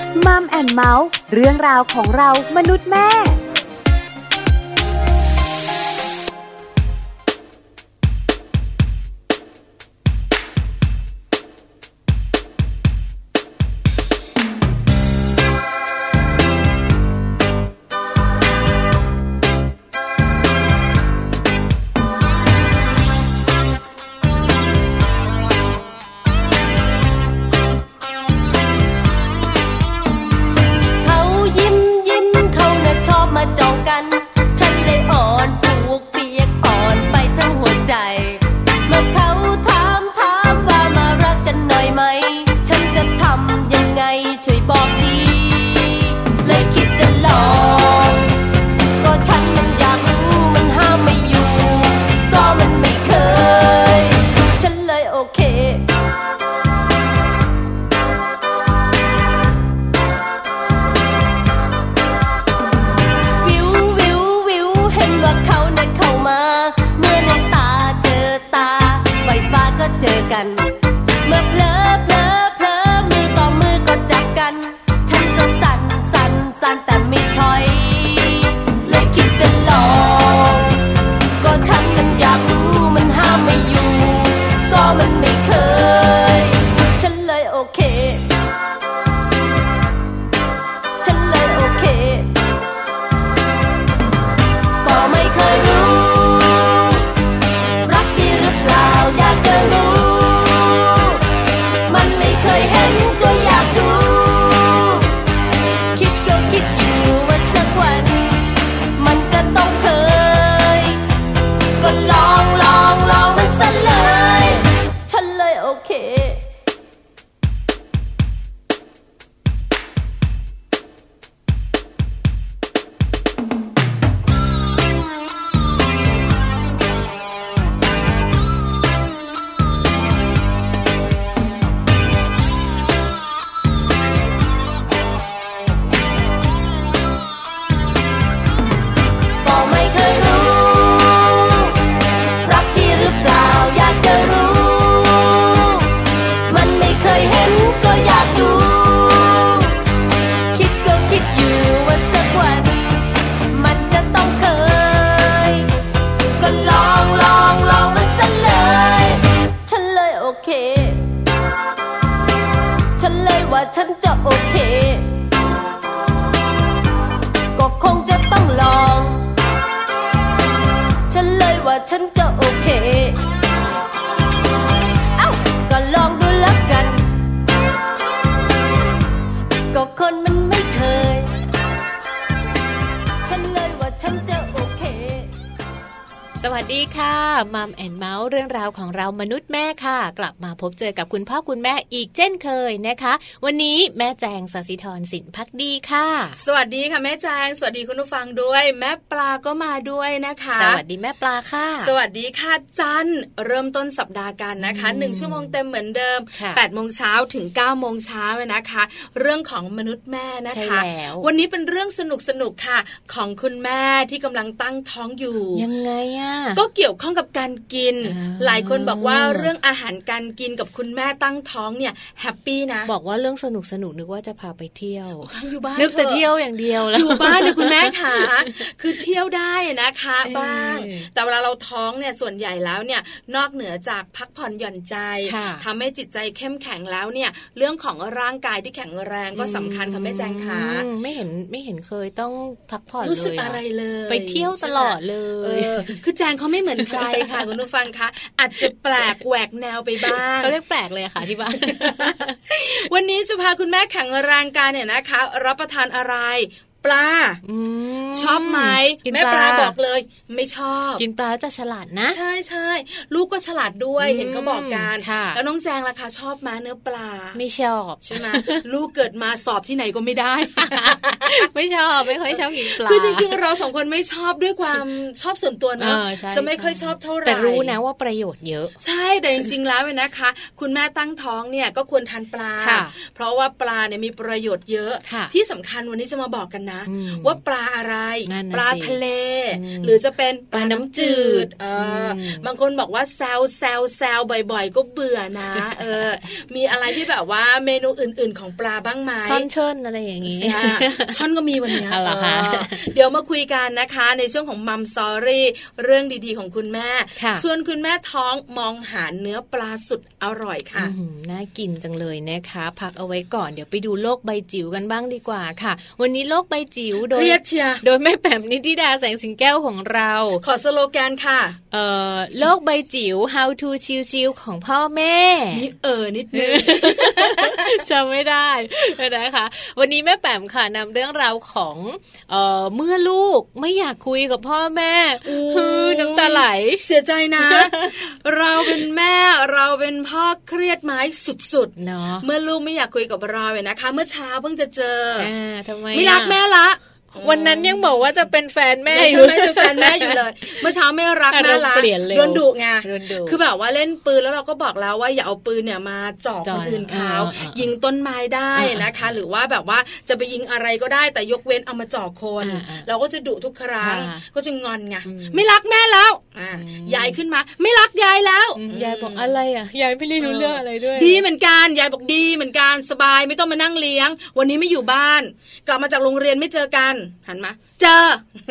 มัมแอนด์เมาส์เรื่องราวของเรามนุษย์แม่ฉันจะโอเคก็คงจะต้องลองฉันเลยว่าฉันจะโอเคเอ้าก็ลองดูแล้วกันก็คนมันไม่เคยฉันเลยว่าฉันจะโอเคสวัสดีค่ะมัมแอนด์เมาส์เรื่องราวของเรามนุษย์แม่ค่ะกลับมาพบเจอกับคุณพ่อคุณแม่อีกเช่นเคยนะคะวันนี้แม่แจงศศิธรสินภักดีค่ะสวัสดีค่ะแม่แจงสวัสดีคุณผู้ฟังด้วยแม่ปลาก็มาด้วยนะคะสวัสดีแม่ปลาค่ะสวัสดีค่ะจันเริ่มต้นสัปดาห์กันนะคะ1ชั่วโมงเต็มเหมือนเดิม 8 โมงเช้าถึง 9 โมงเช้านะคะเรื่องของมนุษย์แม่นะคะวันนี้เป็นเรื่องสนุกค่ะของคุณแม่ที่กำลังตั้งท้องอยู่ยังไงอะก็เกี่ยวข้องกับการกินหลายคนบอกว่าเรื่องอาหารการกินกับคุณแม่ตั้งท้องเนี่ยแฮปปี้นะบอกว่าเรื่องสนุกนึกว่าจะพาไปเที่ยวอยู่บ้านนึกแต่เที่ยวอย่างเดียวแล้วอยู่บ้านเลยคุณแม่ค่ะคือเที่ยวได้นะคะบ้างแต่เวลาเราท้องเนี่ยส่วนใหญ่แล้วเนี่ยนอกเหนือจากพักผ่อนหย่อนใจทำให้จิตใจเข้มแข็งแล้วเนี่ยเรื่องของร่างกายที่แข็งแรงก็สำคัญค่ะแม่แจงค่ะไม่เห็นเคยต้องพักผ่อนเลยรู้สึกอะไรเลยไปเที่ยวตลอดเลยคือแจงเขาไม่เหมือนใครค่ะคุณผู้ฟังคะอาจจะแปลกแหวกแนวไปบ้างเขาเรียกแปลกเลยค่ะที่บ้านวันนี้จะพาคุณแม่แข็งแรงกันเนี่ยนะคะรับประทานอะไรปลาชอบไหมแม่ปลาบอกเลยไม่ชอบกินปลาจะฉลาดนะใช่ลูกก็ฉลาดด้วยเห็นเขาบอกกันแล้วน้องแจงล่ะคะชอบไหมเนื้อปลาไม่ชอบใช่ไหมลูกเกิดมาสอบที่ไหนก็ไม่ได้ไม่ชอบไม่ค่อยชอบกินปลาคือจริงๆเราสองคนไม่ชอบด้วยความชอบส่วนตัวเนอะจะไม่ค่อยชอบเท่าไหร่แต่รู้นะว่าประโยชน์เยอะใช่แต่จริงๆแล้วนะคะคุณแม่ตั้งท้องเนี่ยก็ควรทานปลาเพราะว่าปลาเนี่ยมีประโยชน์เยอะที่สำคัญวันนี้จะมาบอกกันนะว่าปลาอะไรปลาทะเลหรือจะเป็นปลาน้ำจืดบางคนบอกว่าแซวบ่อยๆก็เบื่อนะมีอะไรที่แบบว่าเมนูอื่นๆของปลาบ้างไหมช่อนเชิญอะไรอย่างงี้ช่อนก็มีวันนี้เดี๋ยวมาคุยกันนะคะในช่วงของมัมซอรี่เรื่องดีๆของคุณแม่ชวนคุณแม่ท้องมองหาเนื้อปลาสุดอร่อยค่ะน่ากินจังเลยนะคะพักเอาไว้ก่อนเดี๋ยวไปดูโลกใบจิ๋วกันบ้างดีกว่าค่ะวันนี้โลกใบจิ๋วโดยแม่แป๋มนิติดาแสงสิงแก้วของเราขอสโลแกนค่ะโลกใบจิ๋ว how to ชิลๆของพ่อแม่นี่นิดนึงจำไม่ได้นะคะวันนี้แม่แป๋มค่ะนำเรื่องราวของเมื่อลูกไม่อยากคุยกับพ่อแม่น้ำตาไหลเสียใจนะเราเป็นแม่เราเป็นพ่อเครียดไหมสุดๆเนาะเมื่อลูกไม่อยากคุยกับเราเนี่ยนะคะเมื่อเช้าเพิ่งจะเจอทำไมไม่รักแม่ละวันนั้นยังบอกว่าจะเป็นแฟนแม่อยู่ไม่เป็นแฟนแม่อยู่เลยเมื่อเช้าไม่รักแม่ละโดนดุไงคือแบบว่าเล่นปืนแล้วเราก็บอกแล้วว่าอย่าเอาปืนเนี่ยมาจ่อคนอื่นเขายิงต้นไม้ได้นะคะหรือว่าแบบว่าจะไปยิงอะไรก็ได้แต่ยกเว้นเอามาจ่อคนเราก็จะดุทุกครั้งก็จะงอนไงไม่รักแม่แล้วยายขึ้นมาไม่รักยายแล้วยายบอกอะไรอ่ะยายไม่รู้เรื่องอะไรด้วยดีเหมือนกันยายบอกดีเหมือนกันสบายไม่ต้องมานั่งเลี้ยงวันนี้ไม่อยู่บ้านกลับมาจากโรงเรียนไม่เจอกันหันมาเจอ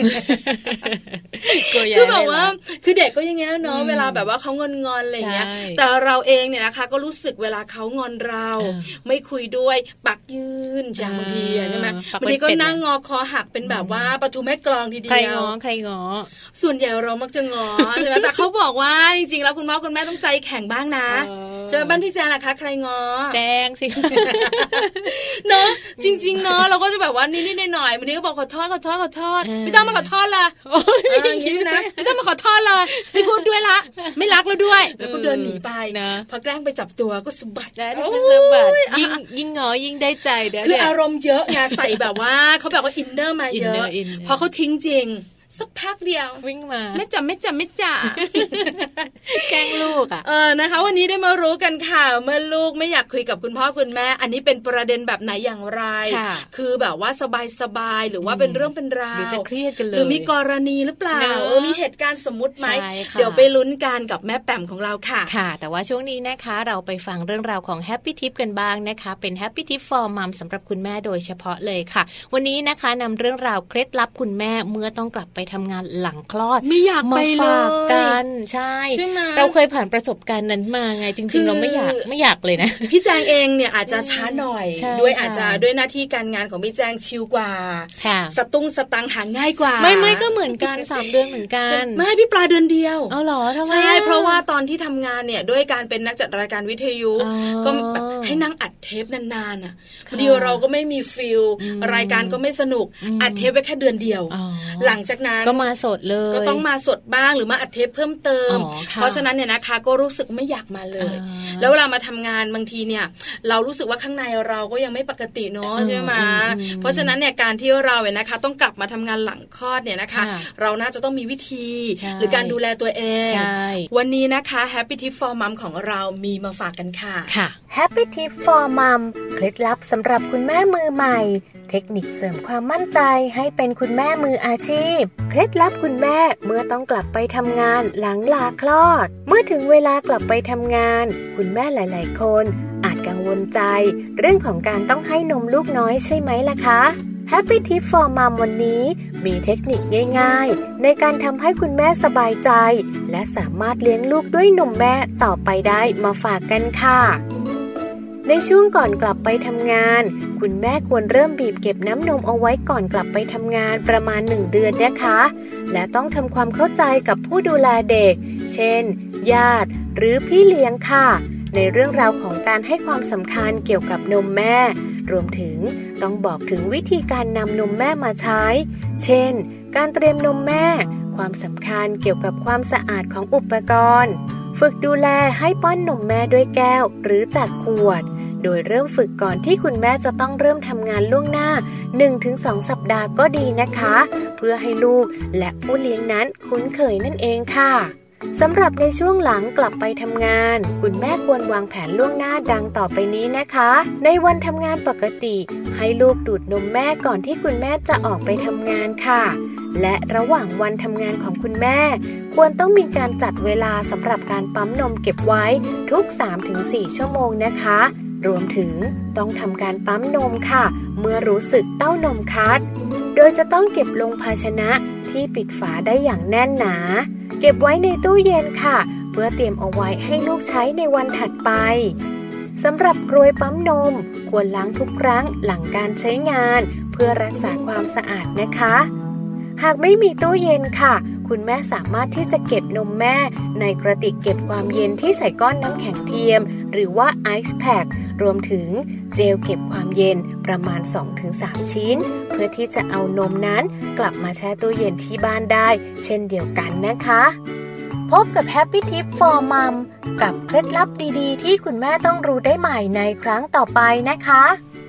คือแบบว่าคือเด็กก็อย่างเงี้ยเนาะเวลาแบบว่าเขางอนอะไรเงี้ยแต่เราเองเนี่ยนะคะก็รู้สึกเวลาเขางอนเราไม่คุยด้วยปักยืนอย่างบางทีใช่ไหมบางทีก็นั่งงอคอหักเป็นแบบว่าปะทูแม่กลองทีเดียวใครงอส่วนใหญ่เรามักจะงอใช่ไหมแต่เขาบอกว่าจริงๆแล้วคุณพ่อคุณแม่ต้องใจแข็งบ้างนะใช่ไหมบ้านพี่แจงล่ะคะใครงอแจงสิเนาะจริงๆเนาะเราก็จะแบบว่านิดๆหน่อยๆบางทีก็บอกขอโทษไม่ต้องมาขอโทษเลยอย่างนี้นะไม่ต้องมาขอโทษเลยไม่พูดด้วยละไม่รักแล้วด้วยแล้วก็เดินหนีไปนะพอแกล้งไปจับตัวก็สะบัดสะบัดยิ่งงอยิ่งได้ใจเด้อคืออารมณ์เยอะไงใส่แบบว่าเขาแบบว่าอินเนอร์มาเยอะพอเขาทิ้งจริงสักพักเดียววิ่งมาไม่จ่าแกล้งลูกอ่ะนะคะวันนี้ได้มารู้กันค่ะเมื่อลูกไม่อยากคุยกับคุณพ่อคุณแม่อันนี้เป็นประเด็นแบบไหนอย่างไรคือแบบว่าสบายหรือว่าเป็นเรื่องเป็นราวหรือจะเครียดกันเลยหรือมีกรณีหรือเปล่ามีเหตุการณ์สมมุติไหมเดี๋ยวไปลุ้นกันกับแม่แป๋มของเราค่ะค่ะแต่ว่าช่วงนี้นะคะเราไปฟังเรื่องราวของ Happy Tip กันบ้างนะคะเป็น Happy Tip for Mom สำหรับคุณแม่โดยเฉพาะเลยค่ะวันนี้นะคะนำเรื่องราวเคล็ดลับคุณแม่เมื่อต้องกลับไปทำงานหลังคลอดไม่อยากไปเลยกันใช่เราเคยผ่านประสบการณ์นั้นมาไงจริงๆเราไม่อยากเลยนะพี่แจงเองเนี่ยอาจจะช้าหน่อยด้วยอาจจะด้วยหน้าที่การงานของพี่แจงชิลกว่าสตุ้งสตังหาง่ายกว่าไม่ก็เหมือนกัน3 เดือนเหมือนกันไม่ให้พี่ปลาเดือนเดียวเอาหรอทำไมใช่เพราะว่าตอนที่ทำงานเนี่ยด้วยการเป็นนักจัดรายการวิทยุก็แบบให้นั่งอัดเทปนานๆอ่ะพอดีเราก็ไม่มีฟิลรายการก็ไม่สนุกอัดเทปไปแค่เดือนเดียวหลังจากนั้นก็มาสดเลยก็ต้องมาสดบ้างหรือมาอัดเทปเพิ่มเติมเพราะฉะนั้นเนี่ยนะคะก็รู้สึกไม่อยากมาเลยแล้วเวลามาทำงานบางทีเนี่ยเรารู้สึกว่าข้างในเราก็ยังไม่ปกติเนาะใช่ไหมเพราะฉะนั้นเนี่ยการที่เราเนี่ยนะคะต้องกลับมาทำงานหลังคลอดเนี่ยนะคะเราน่าจะต้องมีวิธีหรือการดูแลตัวเองวันนี้นะคะ Happy Tip for Mom ของเรามีมาฝากกันค่ะ Happy Tip for Mom เคล็ดลับสำหรับคุณแม่มือใหม่เทคนิคเสริมความมั่นใจให้เป็นคุณแม่มืออาชีพเคล็ดลับคุณแม่เมื่อต้องกลับไปทำงานหลังลาคลอดเมื่อถึงเวลากลับไปทำงานคุณแม่หลายๆคนอาจกังวลใจเรื่องของการต้องให้นมลูกน้อยใช่ไหมล่ะคะ Happy Tip for Mom วันนี้มีเทคนิคง่ายๆในการทำให้คุณแม่สบายใจและสามารถเลี้ยงลูกด้วยนมแม่ต่อไปได้มาฝากกันค่ะในช่วงก่อนกลับไปทำงานคุณแม่ควรเริ่มบีบเก็บน้ำนมเอาไว้ก่อนกลับไปทำงานประมาณ1 เดือนนะคะและต้องทำความเข้าใจกับผู้ดูแลเด็กเช่นญาติหรือพี่เลี้ยงค่ะในเรื่องราวของการให้ความสำคัญเกี่ยวกับนมแม่รวมถึงต้องบอกถึงวิธีการนำนมแม่มาใช้เช่นการเตรียมนมแม่ความสำคัญเกี่ยวกับความสะอาดของอุปกรณ์ฝึกดูแลให้ป้อนนมแม่ด้วยแก้วหรือจากขวดโดยเริ่มฝึกก่อนที่คุณแม่จะต้องเริ่มทำงานล่วงหน้า 1-2 สัปดาห์ก็ดีนะคะเพื่อให้ลูกและผู้เลี้ยงนั้นคุ้นเคยนั่นเองค่ะสำหรับในช่วงหลังกลับไปทำงานคุณแม่ควรวางแผนล่วงหน้าดังต่อไปนี้นะคะในวันทำงานปกติให้ลูกดูดนมแม่ก่อนที่คุณแม่จะออกไปทำงานค่ะและระหว่างวันทำงานของคุณแม่ควรต้องมีการจัดเวลาสำหรับการปั๊มนมเก็บไว้ทุก 3-4 ชั่วโมงนะคะรวมถึงต้องทำการปั๊มนมค่ะเมื่อรู้สึกเต้านมคัดโดยจะต้องเก็บลงภาชนะที่ปิดฝาได้อย่างแน่นหนาเก็บไว้ในตู้เย็นค่ะเพื่อเตรียมเอาไว้ให้ลูกใช้ในวันถัดไปสำหรับกรวยปั๊มนมควรล้างทุกครั้งหลังการใช้งานเพื่อรักษาความสะอาดนะคะหากไม่มีตู้เย็นค่ะคุณแม่สามารถที่จะเก็บนมแม่ในกระติกเก็บความเย็นที่ใส่ก้อนน้ำแข็งเทียมหรือว่าไอซ์แพ็ครวมถึงเจลเก็บความเย็นประมาณ 2-3 ชิ้นเพื่อที่จะเอานมนั้นกลับมาแช่ตู้เย็นที่บ้านได้เช่นเดียวกันนะคะพบกับ Happy Tip for Mom กับเคล็ดลับดีๆที่คุณแม่ต้องรู้ได้ใหม่ในครั้งต่อไปนะคะ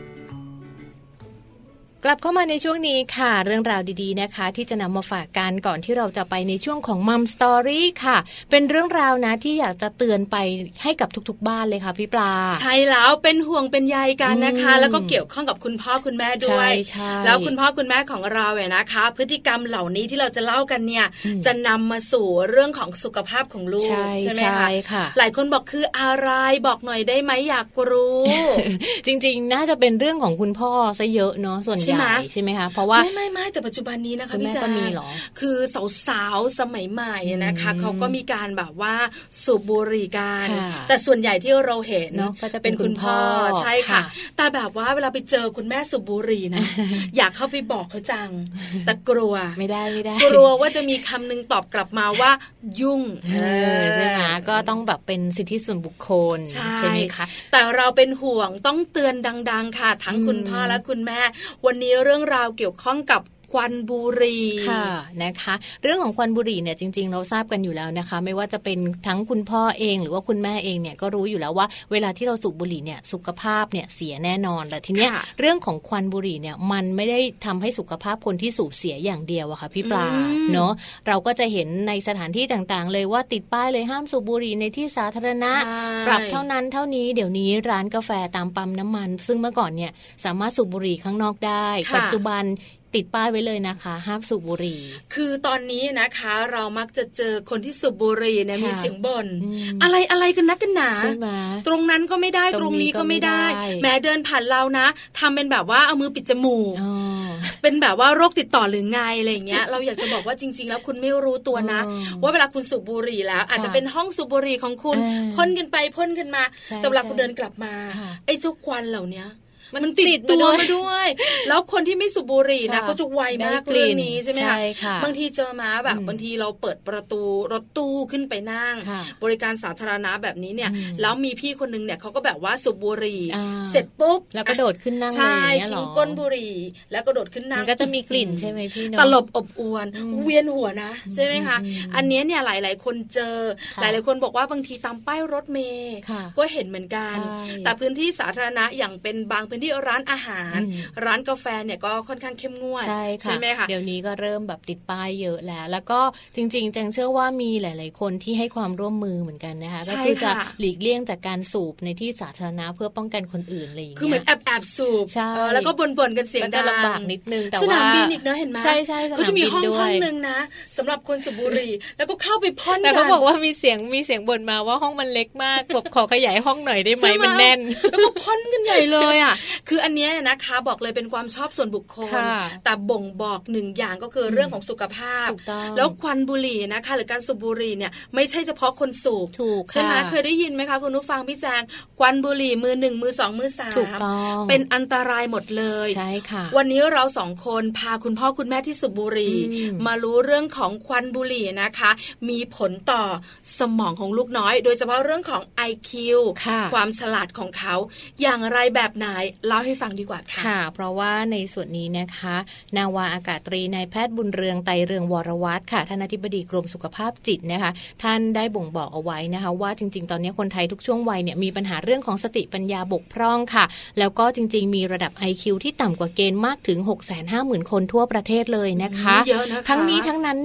กลับเข้ามาในช่วงนี้ค่ะเรื่องราวดีๆนะคะที่จะนำมาฝากกันก่อนที่เราจะไปในช่วงของ Mom Story ค่ะเป็นเรื่องราวนะที่อยากจะเตือนไปให้กับทุกๆบ้านเลยค่ะพี่ปลาใช่แล้วเป็นห่วงเป็นใยกันนะคะแล้วก็เกี่ยวข้องกับคุณพ่อคุณแม่ด้วยแล้วคุณพ่อคุณแม่ของเราเนี่ยนะคะพฤติกรรมเหล่านี้ที่เราจะเล่ากันเนี่ยจะนำมาสู่เรื่องของสุขภาพของลูกใช่ไหมคะหลายคนบอกคืออะไรบอกหน่อยได้ไหมอยากรู้จริงๆน่าจะเป็นเรื่องของคุณพ่อซะเยอะเนาะส่วนใช่ไหมคะเพราะว่าไม่แต่ปัจจุบันนี้นะคะพี่แจ๊คคือสาวๆสมัยใหม่นะคะเขาก็มีการแบบว่าสูบบุหรี่กันแต่ส่วนใหญ่ที่เราเห็นก็จะเป็นคุณพ่อใช่ค่ะแต่แบบว่าเวลาไปเจอคุณแม่สูบบุหรี่นะอยากเข้าไปบอกเขาจังแต่กลัวไม่ได้กลัวว่าจะมีคำนึงตอบกลับมาว่ายุ่งใช่ไหมก็ต้องแบบเป็นสิทธิส่วนบุคคลใช่ไหมคะแต่เราเป็นห่วงต้องเตือนดังๆค่ะทั้งคุณพ่อและคุณแม่วันนี้เรื่องราวเกี่ยวข้องกับควันบุหรี่ค่ะนะคะเรื่องของควันบุหรี่เนี่ยจริงๆเราทราบกันอยู่แล้วนะคะไม่ว่าจะเป็นทั้งคุณพ่อเองหรือว่าคุณแม่เองเนี่ยก็รู้อยู่แล้วว่าเวลาที่เราสูบบุหรี่เนี่ยสุขภาพเนี่ยเสียแน่นอนแต่ทีเนี้ยเรื่องของควันบุหรี่เนี่ยมันไม่ได้ทำให้สุขภาพคนที่สูบเสียอย่างเดียวอะค่ะพี่ปลาเนาะเราก็จะเห็นในสถานที่ต่างๆเลยว่าติดป้ายเลยห้ามสูบบุหรี่ในที่สาธารณะปรับเท่านั้นเท่านี้เดี๋ยวนี้ร้านกาแฟตามปั๊มน้ำมันซึ่งเมื่อก่อนเนี่ยสามารถสูบบุหรี่ข้างนอกได้ปัจจุบันติดป้ายไว้เลยนะคะห้ามสูบบุหรี่คือตอนนี้นะคะเรามักจะเจอคนที่สูบบุหรี่เนี่ยมีเสียงบ่นอะไรกันนักกันหนาตรงนั้นก็ไม่ได้ตรงนี้ก็ไม่ได้แม้เดินผ่านเรานะทำเป็นแบบว่าเอามือปิดจมูกเป็นแบบว่าโรคติดต่อหรือไงอะไรอย่างเงี้ยเราอยากจะบอกว่าจริงๆแล้วคุณไม่รู้ตัวนะว่าเวลาคุณสูบบุหรี่แล้วอาจจะเป็นห้องสูบบุหรี่ของคุณพ่นกันไปพ่นกันมาแต่เวลาคุณเดินกลับมาไอ้เจ้าควันเหล่านี้มันติดตัวมาด้วยแล้วคนที่ไม่สูบบุหรี่นะเขาจะไวมากเรื่องนี้ใช่ไหมคะบางทีเจอมาแบบบางทีเราเปิดประตูรถตู้ขึ้นไปนั่งบริการสาธารณะแบบนี้เนี่ยแล้วมีพี่คนนึงเนี่ยเขาก็แบบว่าสูบบุหรี่เสร็จปุ๊บแล้วก็โดดขึ้นนั่งใช่ทิ้งก้นบุหรี่แล้วก็โดดขึ้นนั่งก็จะมีกลิ่นใช่ไหมพี่ตลบอบอวนเวียนหัวนะใช่ไหมคะอันนี้เนี่ยหลายๆคนเจอหลายๆคนบอกว่าบางทีตามป้ายรถเมล์ก็เห็นเหมือนกันแต่พื้นที่สาธารณะอย่างเป็นบางพื้นที่ร้านอาหารร้านกาแฟเนี่ยก็ค่อนข้างเข้มงวดใช่ไหมคะเดี๋ยวนี้ก็เริ่มแบบติดป้ายเยอะแล้วก็จริงๆแจงเชื่อว่ามีหลายๆคนที่ให้ความร่วมมือเหมือนกันนะคะก็คือจะหลีกเลี่ยงจากการสูบในที่สาธารณะเพื่อป้องกันคนอื่นอะไรอย่างเงี้ยคือเหมือนแอบสูบแล้วก็บ่นกันเสียงดังลำบากนิดนึงแต่ว่าสนามบินอีกเนาะเห็นไหมใช่ก็จะมีห้องนึงนะสำหรับคนสูบบุหรี่แล้วก็เข้าไปพ่นกันแต่เขาบอกว่ามีเสียงบ่นมาว่าห้องมันเล็กมากขอขยายห้องหน่อยได้ไหมมันแน่นแล้วก็พ่นกันใหญ่เลยอ่ะคืออันนี้นะคะบอกเลยเป็นความชอบส่วนบุคคลแต่บ่งบอกหนึ่งอย่างก็คือเรื่องของสุขภาพแล้วควันบุหรี่นะคะหรือการสูบบุหรี่เนี่ยไม่ใช่เฉพาะคนสูบใช่ไหมเคยได้ยินไหมคะคุณผู้ฟังพี่แจงควันบุหรี่มือ1มือ2มือ3เป็นอันตรายหมดเลยใช่ค่ะวันนี้เรา2คนพาคุณพ่อคุณแม่ที่สูบบุหรี่มารู้เรื่องของควันบุหรี่นะคะมีผลต่อสมองของลูกน้อยโดยเฉพาะเรื่องของ IQ ความฉลาดของเขาอย่างไรแบบไหนเล่าให้ฟังดีกว่าค่ะเพราะว่าในส่วนนี้นะคะนาวาอากาศตรีนายแพทย์บุญเรืองไตรเรืองวรวัฒน์ค่ะท่านอธิบดีกรมสุขภาพจิตนะคะท่านได้บ่งบอกเอาไว้นะคะว่าจริงๆตอนนี้คนไทยทุกช่วงวัยเนี่ยมีปัญหาเรื่องของสติปัญญาบกพร่องค่ะแล้วก็จริงๆมีระดับ IQ ที่ต่ำกว่าเกณฑ์มากถึง 650,000 คนทั่วประเทศเลยนะคะทั้งนี้ทั้งนั้นเนี่ย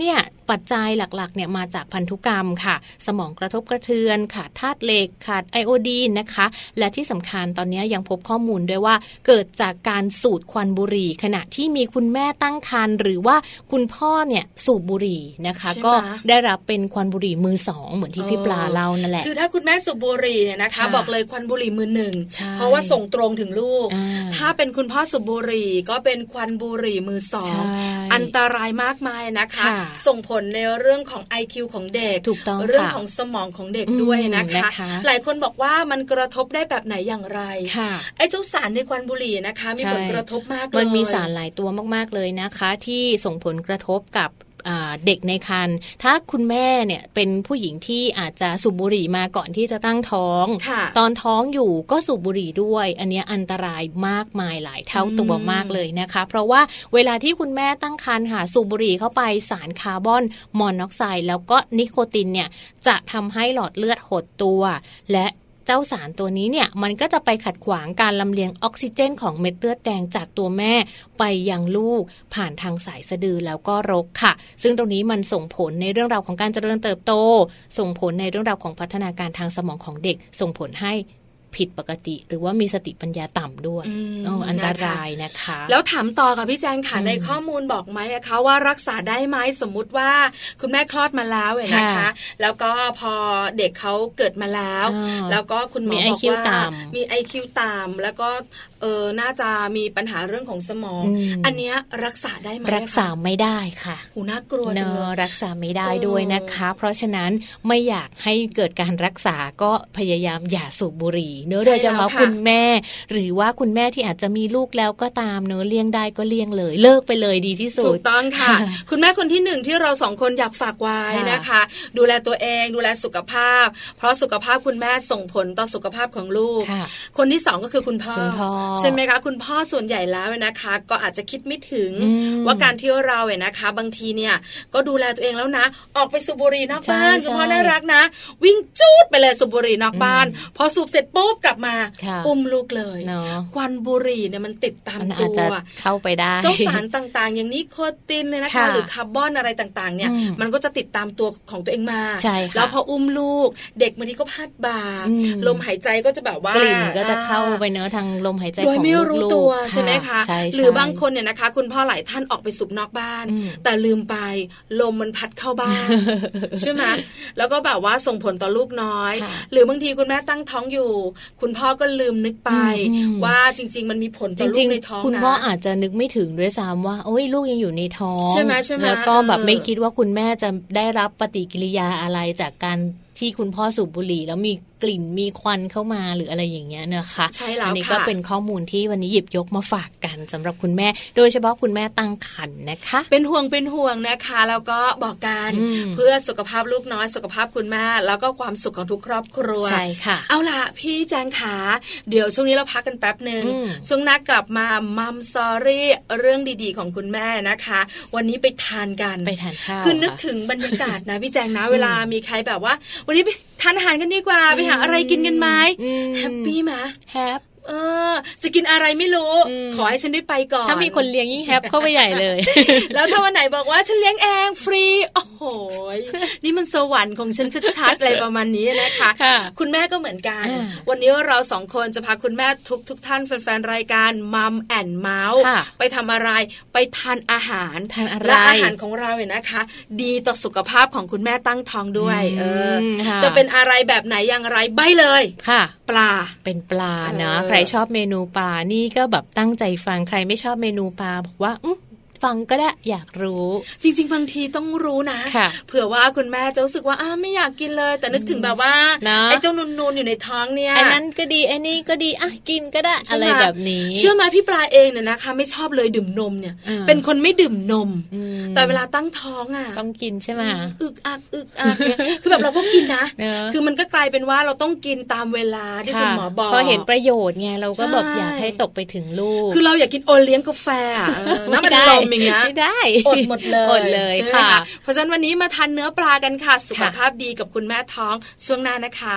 ปัจจัยหลักๆเนี่ยมาจากพันธุกรรมค่ะสมองกระทบกระเทือนขาดธาตุเหล็กขาดไอโอดีนนะคะและที่สำคัญตอนนี้ยังพบข้อมูลด้วยว่าเกิดจากการสูดควันบุหรี่ขณะที่มีคุณแม่ตั้งครรภ์หรือว่าคุณพ่อเนี่ยสูบบุหรี่นะคะก็ได้รับเป็นควันบุหรี่มือสองเหมือนที่พี่ปลาเล่านั่นแหละคือถ้าคุณแม่สูบบุหรี่เนี่ยนะคะบอกเลยควันบุหรี่มือหนึ่งเพราะว่าส่งตรงถึงลูกถ้าเป็นคุณพ่อสูบบุหรี่ก็เป็นควันบุหรี่มือสองอันตรายมากมายนะคะส่งผลในเรื่องของ IQ ของเด็กเรื่องของสมองของเด็กด้วยนะคะหลายคนบอกว่ามันกระทบได้แบบไหนอย่างไรไอ้เจ้าสารในควันบุหรี่นะคะมีผลกระทบมากเลยมันมีสารหลายตัวมากๆเลยนะคะที่ส่งผลกระทบกับเด็กในครรภ์ถ้าคุณแม่เนี่ยเป็นผู้หญิงที่อาจจะสูบบุหรี่มาก่อนที่จะตั้งท้องตอนท้องอยู่ก็สูบบุหรี่ด้วยอันนี้อันตรายมากมายหลายเท่าตัวมากเลยนะคะเพราะว่าเวลาที่คุณแม่ตั้งครรภ์สูบบุหรี่เข้าไปสารคาร์บอนมอนอกไซด์แล้วก็นิโคตินเนี่ยจะทำให้หลอดเลือดหดตัวและเจ้าสารตัวนี้เนี่ยมันก็จะไปขัดขวางการลำเลียงออกซิเจนของเม็ดเลือดแดงจากตัวแม่ไปยังลูกผ่านทางสายสะดือแล้วก็รกค่ะซึ่งตรงนี้มันส่งผลในเรื่องราวของการเจริญเติบโตส่งผลในเรื่องราวของพัฒนาการทางสมองของเด็กส่งผลให้ผิดปกติหรือว่ามีสติปัญญาต่ำด้วยอันตรายนะคะแล้วถามต่อค่ะพี่แจงค่ะในข้อมูลบอกไหมคะว่ารักษาได้ไหมสมมุติว่าคุณแม่คลอดมาแล้วนะคะแล้วก็พอเด็กเขาเกิดมาแล้วแล้วก็คุณหมอบอกว่ามี IQ ต่ำแล้วก็น่าจะมีปัญหาเรื่องของสมองอันนี้รักษาได้ไหมรักษาไม่ได้ค่ะหูน่ากลัวจังเลยรักษาไม่ได้ด้วยนะคะเพราะฉะนั้นไม่อยากให้เกิดการรักษาก็พยายามอย่าสูบบุหรี่เนอะโดยเฉพาะคุณแม่หรือว่าคุณแม่ที่อาจจะมีลูกแล้วก็ตามเนอะเลี่ยงได้ก็เลี่ยงเลยเลิกไปเลยดีที่สุดถูกต้องค่ะ คุณแม่คนที่หนึ่งที่เราสองคนอยากฝากไว้นะคะดูแลตัวเองดูแลสุขภาพเพราะสุขภาพคุณแม่ส่งผลต่อสุขภาพของลูกคนที่สองก็คือคุณพ่อใช่ไหมคะคุณพ่อส่วนใหญ่แล้วนะคะก็อาจจะคิดไม่ถึงว่าการที่เรานะคะบางทีเนี่ยก็ดูแลตัวเองแล้วนะออกไปสูบบุหรี่นอกบ้านคุณพ่อน่ารักนะวิ่งจูดไปเลยสูบบุหรี่นอกบ้านพอสูบเสร็จปุ๊บกลับมาอุ้มลูกเลยควันบุหรี่เนี่ยมันติดตามตัวเข้าไปได้เจ้าสารต่างๆอย่างนิโคตินเนี่ยนะคะหรือคาร์บอนอะไรต่างๆเนี่ยมันก็จะติดตามตัวของตัวเองมาแล้วพออุ้มลูกเด็กบางทีก็พัดบ่าลมหายใจก็จะแบบว่ากลิ่นก็จะเข้าไปเนื้อทางลมหายใจของรู้ตัวใช่ไหมคะหรือบางคนเนี่ยนะคะคุณพ่อหลายท่านออกไปสูบนอกบ้านแต่ลืมไปลมมันพัดเข้าบ้านใช่ไหมแล้วก็แบบว่าส่งผลต่อลูกน้อยหรือบางทีคุณแม่ตั้งท้องอยู่คุณพ่อก็ลืมนึกไปว่าจริงๆมันมีผลต่อลูกในท้องนะคุณพ่ออาจจะนึกไม่ถึงด้วยซ้ำว่าโอ้ยลูกยังอยู่ในท้องใช่ไหมแล้วก็แบบไม่คิดว่าคุณแม่จะได้รับปฏิกิริยาอะไรจากการที่คุณพ่อสูบบุหรี่แล้วมีกลิ่นมีควันเข้ามาหรืออะไรอย่างเงี้ยนะคะใช่แล้วค่ะอันนี้ก็เป็นข้อมูลที่วันนี้หยิบยกมาฝากกันสำหรับคุณแม่โดยเฉพาะคุณแม่ตั้งครรภ์นะคะเป็นห่วงนะคะแล้วก็บอกกันเพื่อสุขภาพลูกน้อยสุขภาพคุณแม่แล้วก็ความสุขของทุกครอบครัวใช่ค่ะเอาล่ะพี่แจงขาเดี๋ยวช่วงนี้เราพักกันแป๊บนึงช่วงหน้ากลับมามัมซอรี่เรื่องดีๆของคุณแม่นะคะวันนี้ไปทานกันไปทานข้าวคือนึกถึงบรรยากาศนะพี่แจงนะเวลามีใครแบบว่าวันนี้ไปทานอาหารกันดีกว่าไปหาอะไรกินกันไหมแฮปปี้ไหมแฮปจะกินอะไรไม่รู้ขอให้ฉันได้ไปก่อนถ้ามีคนเลี้ยงยิ่งแฮปเข้าไปใหญ่เลยแล้วถ้าวันไหนบอกว่าฉันเลี้ยงเองฟรีโอ้โหนี่มันสวรรค์ของฉันชัดๆอะไรประมาณนี้นะคะคุณแม่ก็เหมือนกันวันนี้เราสองคนจะพาคุณแม่ทุกท่านแฟนๆรายการมัมแอนเมาส์ไปทำอะไรไปทานอาหารและอาหารของเราเนี่ยนะคะดีต่อสุขภาพของคุณแม่ตั้งท้องด้วยจะเป็นอะไรแบบไหนอย่างไรใบ้เลยค่ะปลาเป็นปลานะใครชอบเมนูปลานี่ก็แบบตั้งใจฟังใครไม่ชอบเมนูปลาบอกว่าฟังก็ได้อยากรู้จริงๆบางทีต้องรู้นะเผื่อว่าคุณแม่จะรู้สึกว่าไม่อยากกินเลยแต่นึกถึงแบบว่าไอ้เจ้านูนๆอยู่ในท้องเนี่ยอันนั้นก็ดีไอ้นี่ก็ดีกินก็ได้อะไรแบบนี้เชื่อไหมพี่ปลาเองเนี่ยนะคะไม่ชอบเลยดื่มนมเนี่ยเป็นคนไม่ดื่มนมแต่เวลาตั้งท้องต้องกินใช่ไหมอึกอักคือแบบเราก็กินนะคือมันก็กลายเป็นว่าเราต้องกินตามเวลาที่คุณหมอบอกพอเห็นประโยชน์ไงเราก็แบบอยากให้ตกไปถึงลูกคือเราอยากกินโอเลี้ยงกาแฟน้ำมันลมไม่ได้อดหมดเลยค่ะเพราะฉะนั้นวันนี้มาทานเนื้อปลากันค่ะสุขภาพดีกับคุณแม่ท้องช่วงหน้านะคะ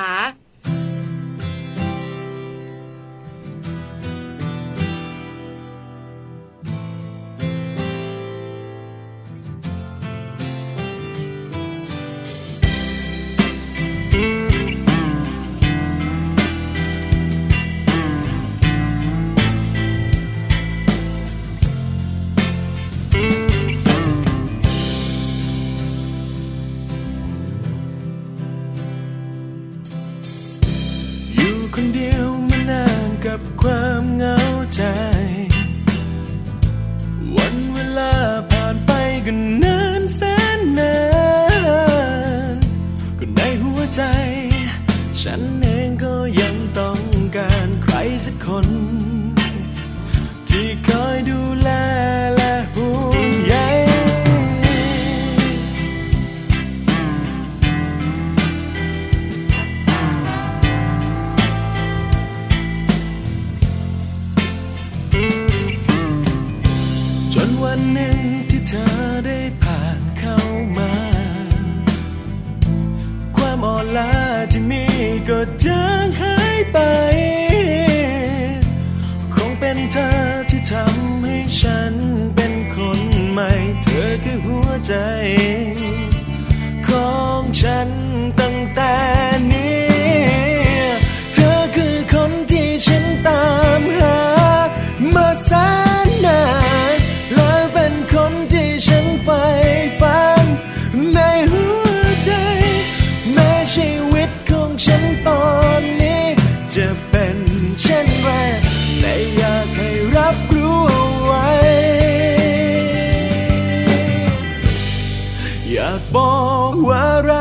ฉันเองก็ยังต้องการใครสักคนที่คอยดูแลและห่วงใยจนวันหนึ่งที่เธอได้ผ่านเข้ามาความอ่อนล้าที่มีก็จางหายไปคงเป็นเธอที่ทำให้ฉันเป็นคนใหม่เธอคือหัวใจของฉันตั้งแต่นี้เธอคือคนที่ฉันตามหามาแสนนานและเป็นคนที่ฉันใฝ่ฝันในหัวใจแม้ชีวิตของฉันตอนนี้จะเป็นเช่นไรแต่อยากให้รับรู้เอาไว้อยากบอกว่า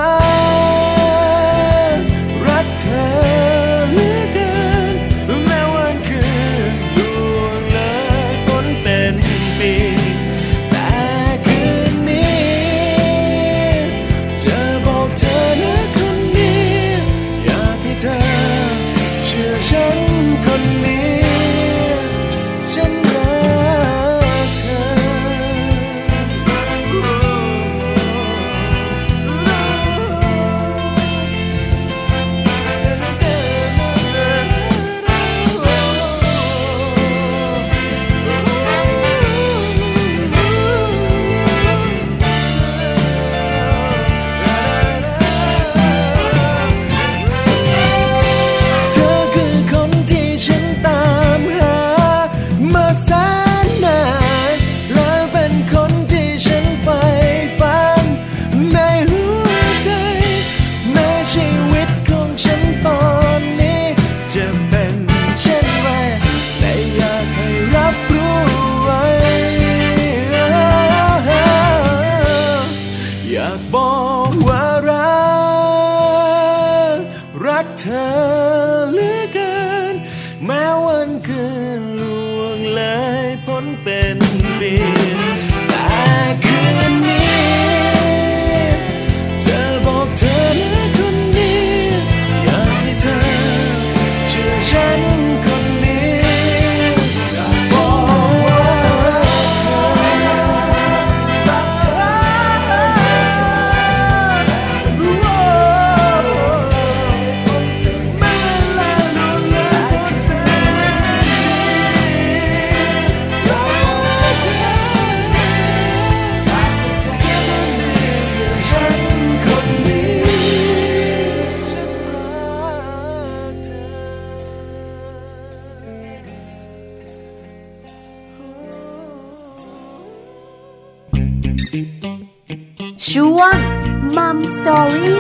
รักเธอเหลือเกินแม้วันคืนล่วงเลยพ้นเป็นปีแต่คืนนี้จะบอกเธอนะคนนี้อยากให้เธอเชื่อฉันคนนี้ฉันรักเธอช่วง Mum Story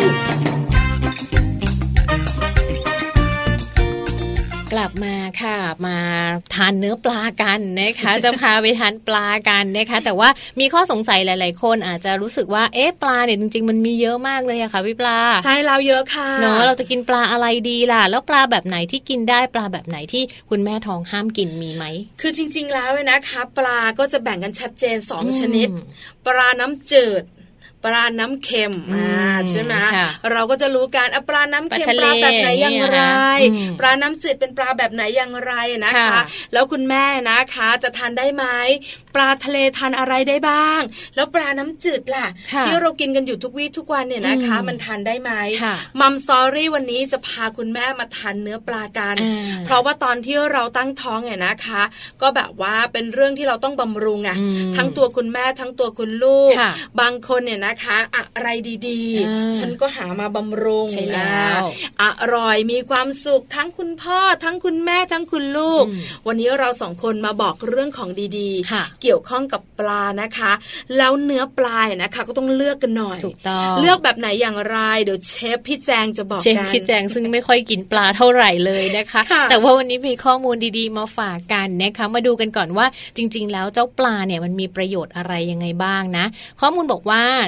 กลับมาค่ะมาทานเนื้อปลากันนะคะ จะพาไปทานปลากันนะคะแต่ว่ามีข้อสงสัยหลายๆคนอาจจะรู้สึกว่าปลาเนี่ยจริงๆมันมีเยอะมากเลยอะค่ะพี่ปลาใช่แล้วเยอะค่ะเนาะเราจะกินปลาอะไรดีล่ะแล้วปลาแบบไหนที่กินได้ปลาแบบไหนที่คุณแม่ท้องห้ามกินมีไหมคือจริงๆแล้วนะคะปลาก็จะแบ่งกันชัดเจน2ชนิดปลาน้ำจืดปลาน้ำเค็มใช่ไหมเราก็จะรู้กันปลาน้ำเค็มปลาแบบไหนอย่างไรปลาน้ำจืดเป็นปลาแบบไหนอย่างไรนะคะแล้วคุณแม่นะคะจะทานได้ไหมปลาทะเลทานอะไรได้บ้างแล้วปลาน้ำจืดล่ะที่เรากินกันอยู่ทุกวี่ทุกวันเนี่ยนะคะมันทานได้ไหมมัมสตอรี่วันนี้จะพาคุณแม่มาทานเนื้อปลากันเพราะว่าตอนที่เราตั้งท้องเนี่ยนะคะก็แบบว่าเป็นเรื่องที่เราต้องบำรุงอ่ะทั้งตัวคุณแม่ทั้งตัวคุณลูกบางคนเนี่ยนะคะอะไรดีๆฉันก็หามาบำรุงอร่อยมีความสุขทั้งคุณพ่อทั้งคุณแม่ทั้งคุณลูกวันนี้เราสองคนมาบอกเรื่องของดีๆเกี่ยวข้องกับปลานะคะแล้วเนื้อปลานะคะก็ต้องเลือกกันหน่อยถูกต้องเลือกแบบไหนอย่างไรเดี๋ยวเชฟพี่แจงจะบอกกันเชฟพี่แจงซึ่งไม่ค่อยกินปลาเท่าไหร่เลยนะคะแต่ว่าวันนี้มีข้อมูลดีๆมาฝากกันนะคะมาดูกันก่อนว่าจริงๆแล้วเจ้าปลาเนี่ยมันมีประโยชน์อะไรยังไงบ้างนะข้อมูลบอกว่า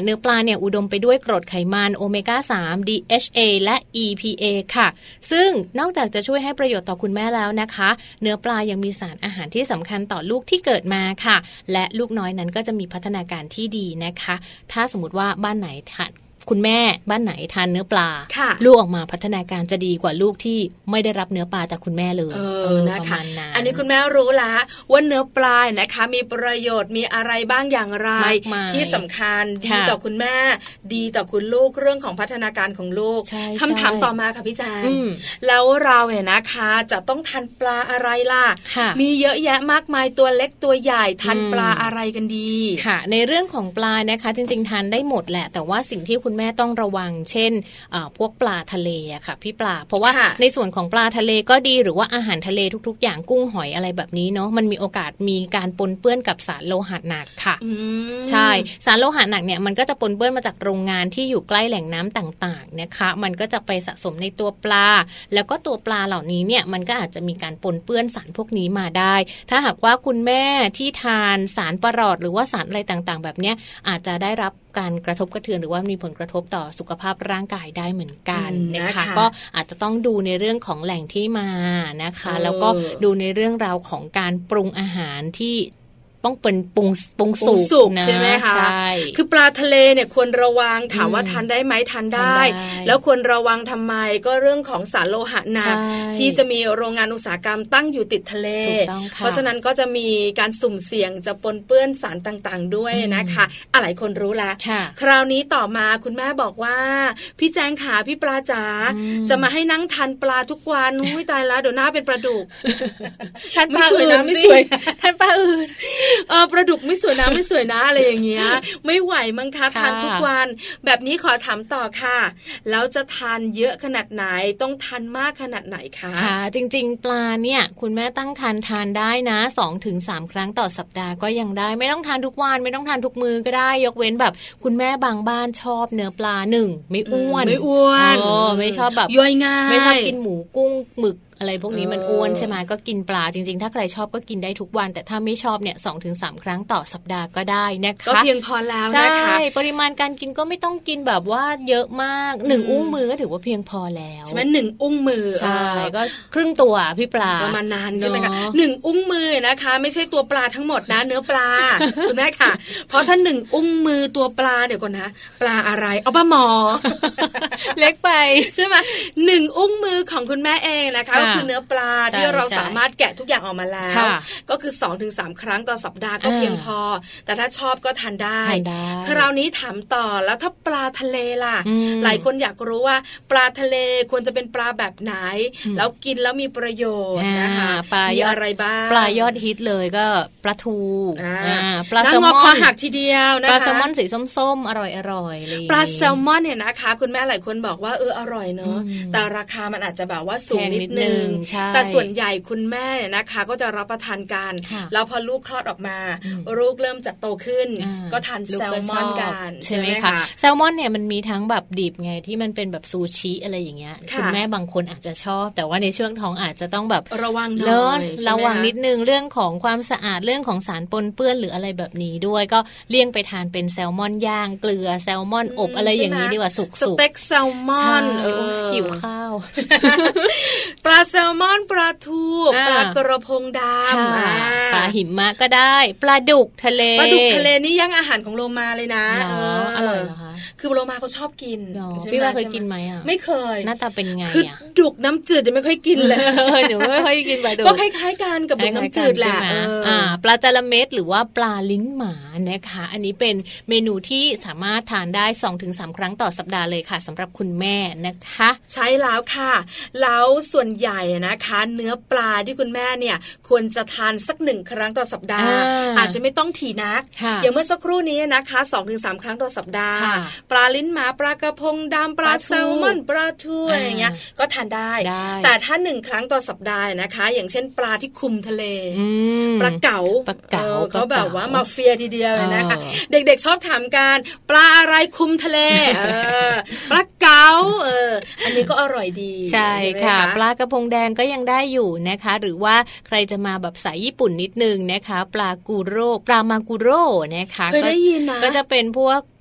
เนื้อปลาเนี่ยอุดมไปด้วยกรดไขมันโอเมก้า 3 DHA และ EPA ค่ะซึ่งนอกจากจะช่วยให้ประโยชน์ต่อคุณแม่แล้วนะคะเนื้อปลายังมีสารอาหารที่สำคัญต่อลูกที่เกิดมาค่ะและลูกน้อยนั้นก็จะมีพัฒนาการที่ดีนะคะถ้าสมมติว่าบ้านไหนคุณแม่บ้านไหนทานเนื้อปลาลูกออกมาพัฒนาการจะดีกว่าลูกที่ไม่ได้รับเนื้อปลาจากคุณแม่เลยนะคะอันนี้คุณแม่รู้ละว่าเนื้อปลานะคะมีประโยชน์มีอะไรบ้างอย่างไรที่สำคัญดีต่อคุณแม่ดีต่อคุณลูกเรื่องของพัฒนาการของลูกคำถามต่อมาค่ะพี่แจงแล้วเราเนี่ยนะคะจะต้องทานปลาอะไรล่ะมีเยอะแยะมากมายตัวเล็กตัวใหญ่ทานปลาอะไรกันดีค่ะในเรื่องของปลานะคะจริงๆทานได้หมดแหละแต่ว่าสิ่งที่คุณแม่ต้องระวังเช่นพวกปลาทะเลอะค่ะพี่ปลาเพราะว่าในส่วนของปลาทะเลก็ดีหรือว่าอาหารทะเลทุกๆอย่างกุ้งหอยอะไรแบบนี้เนาะมันมีโอกาสมีการปนเปื้อนกับสารโลหะหนักค่ะใช่สารโลหะหนักเนี่ยมันก็จะปนเปื้อนมาจากโรงงานที่อยู่ใกล้แหล่งน้ำต่างๆนะคะมันก็จะไปสะสมในตัวปลาแล้วก็ตัวปลาเหล่านี้เนี่ยมันก็อาจจะมีการปนเปื้อนสารพวกนี้มาได้ถ้าหากว่าคุณแม่ที่ทานสารประหลอดหรือว่าสารอะไรต่างๆแบบเนี้ยอาจจะได้รับการกระทบกระเทือนหรือว่ามีผลกระทบต่อสุขภาพร่างกายได้เหมือนกันนะคะก็อาจจะต้องดูในเรื่องของแหล่งที่มานะคะแล้วก็ดูในเรื่องราวของการปรุงอาหารที่ต้องเป็นปรุงสุกใช่ไหมคะคือปลาทะเลเนี่ยควรระวังถามว่าทานได้ไหมทานได้แล้วควรระวังทำไมก็เรื่องของสารโลหะหนักที่จะมีโรงงานอุตสาหกรรมตั้งอยู่ติดทะเลเพราะฉะนั้นก็จะมีการสุ่มเสี่ยงจะปนเปื้อนสารต่างๆด้วยนะคะหลายคนรู้แล้วคราวนี้ต่อมาคุณแม่บอกว่าพี่แจงขาพี่ปลาจ๋าจะมาให้นั่งทานปลาทุกวันอุ้ยตายแล้วเดี๋ยวหน้าเป็นปลาดุกทานปลาอื่นไม่สวยทานปลาอื่นปลาดุกไม่สวยนะไม่สวยนะอะไรอย่างเงี้ยไม่ไหวมั้งคะทานทุกวันแบบนี้ขอถามต่อค่ะแล้วจะทานเยอะขนาดไหนต้องทานมากขนาดไหนคะค่ะจริงๆปลาเนี่ยคุณแม่ตั้งครรภ์ทานได้นะ 2-3 ครั้งต่อสัปดาห์ก็ยังได้ไม่ต้องทานทุกวันไม่ต้องทานทุกมื้อก็ได้ยกเว้นแบบคุณแม่บางบ้านชอบเนื้อปลา1ไม่อ้วนไม่ชอบแบบย่อยง่ายไม่ชอบกินหมูกุ้งหมึกอะไรพวกนี้มันอ้วนใช่ไหมก็กินปลาจริงๆถ้าใครชอบก็กินได้ทุกวันแต่ถ้าไม่ชอบเนี่ย 2-3 ครั้งต่อสัปดาห์ก็ได้นะคะก็เพียงพอแล้วนะคะใช่ปริมาณการกินก็ไม่ต้องกินแบบว่าเยอะมาก1อุ้งมือก็ถือว่าเพียงพอแล้วใช่ไหม1อุ้งมือใช่ก็ครึ่งตัวพี่ปลาประมาณนั้นใช่ไหมคะ1อุ้งมือนะคะไม่ใช่ตัวปลาทั้งหมดนะเนื้อปลาคุณแม่ค่ะเพราะถ้า1อุ้งมือตัวปลาเดี๋ยวก่อนนะปลาอะไรเอาปลาหมอเล็กไปใช่ไหม1อุ้งมือของคุณแม่เองนะคะก็คือเนื้อปลาที่เราสามารถแกะทุกอย่างออกมาแล้วก็คือ 2-3 ครั้งต่อสัปดาห์ก็เพียงพอแต่ถ้าชอบก็ทานได้คราวนี้ถามต่อแล้วถ้าปลาทะเลล่ะหลายคนอยากรู้ว่าปลาทะเลควรจะเป็นปลาแบบไหนแล้วกินแล้วมีประโยชน์นะคะปลายอดอะไรบ้างปลายอดฮิตเลยก็ปลาทูปลาแซลมอนคอหักทีเดียวนะคะปลาแซลมอนสีส้มๆอร่อยๆเลยปลาแซลมอนเนี่ยนะคะคุณแม่หลายคนบอกว่าอร่อยเนอะแต่ราคามันอาจจะแบบว่าสูงนิดนึงแต่ส่วนใหญ่คุณแม่เนี่ยนะคะก็จะรับประทานกันแล้วพอลูกคลอดออกมาลูกเริ่มจะโตขึ้นก็ทานแซลมอนกันใช่ไหมคะแซลมอนเนี่ยมันมีทั้งแบบดิบไงที่มันเป็นแบบซูชิอะไรอย่างเงี้ยคุณแม่บางคนอาจจะชอบแต่ว่าในช่วงท้องอาจจะต้องแบบระวังหน่อยระวังนิดนึงเรื่องของความสะอาดเรื่องของสารปนเปื้อนหรืออะไรแบบนี้ด้วยก็เลี่ยงไปทานเป็นแซลมอนย่างเกลือแซลมอนอบอะไรอย่างนี้ดีกว่าสุกๆสเต็กแซลมอนหิวข้าวปลาแซลมอนปลาทูปลากระพงดำปลาหิมะก็ได้ปลาดุกทะเลปลาดุกทะเลนี่ย่างอาหารของโลมาเลยนะอร่อยเหรอคะคือโลมาเขาชอบกินพี่ว่าเคยกินไหมอ่ะไม่เคยหน้าตาเป็นไงคือดุกน้ำจืดไม่ค่อยกินเลยหนูไม่ค่อยกินปลาดุกก็คล้ายๆกันกับดุกน้ำจืดแหละปลาจาระเม็ดหรือว่าปลาลิ้นหมานะคะอันนี้เป็นเมนูที่สามารถทานได้ 2-3 ครั้งต่อสัปดาห์เลยค่ะสำหรับคุณแม่นะคะใช่แล้วค่ะแล้วส่วนใหญ่นะคะเนื้อปลาที่คุณแม่เนี่ยควรจะทานสัก1 ครั้งต่อสัปดาห์อาจจะไม่ต้องถี่นักอย่างเมื่อสักครู่นี้นะคะ 2-3 ครั้งต่อสัปดาห์ปลาลิ้นหมาปลากระพงดำปลาแซลมอนปลาทูอะไรอย่างเงี้ยก็ทานได้แต่ถ้า1 ครั้งต่อสัปดาห์นะคะอย่างเช่นปลาที่คุมทะเลปลาเก๋าเขาแบบว่ามาเฟียทีเดียวเลยนะคะเด็กๆชอบถามกันปลาอะไรคุมทะเลปลาเก๋าอันนี้ก็อร่อยดีใช่ค่ะปลากระพงแดงก็ยังได้อยู่นะคะหรือว่าใครจะมาแบบสายญี่ปุ่นนิดนึงนะคะปลากูโร่ปลามากุโร่นะคะเคยได้ยินนะก็จะเป็นพวก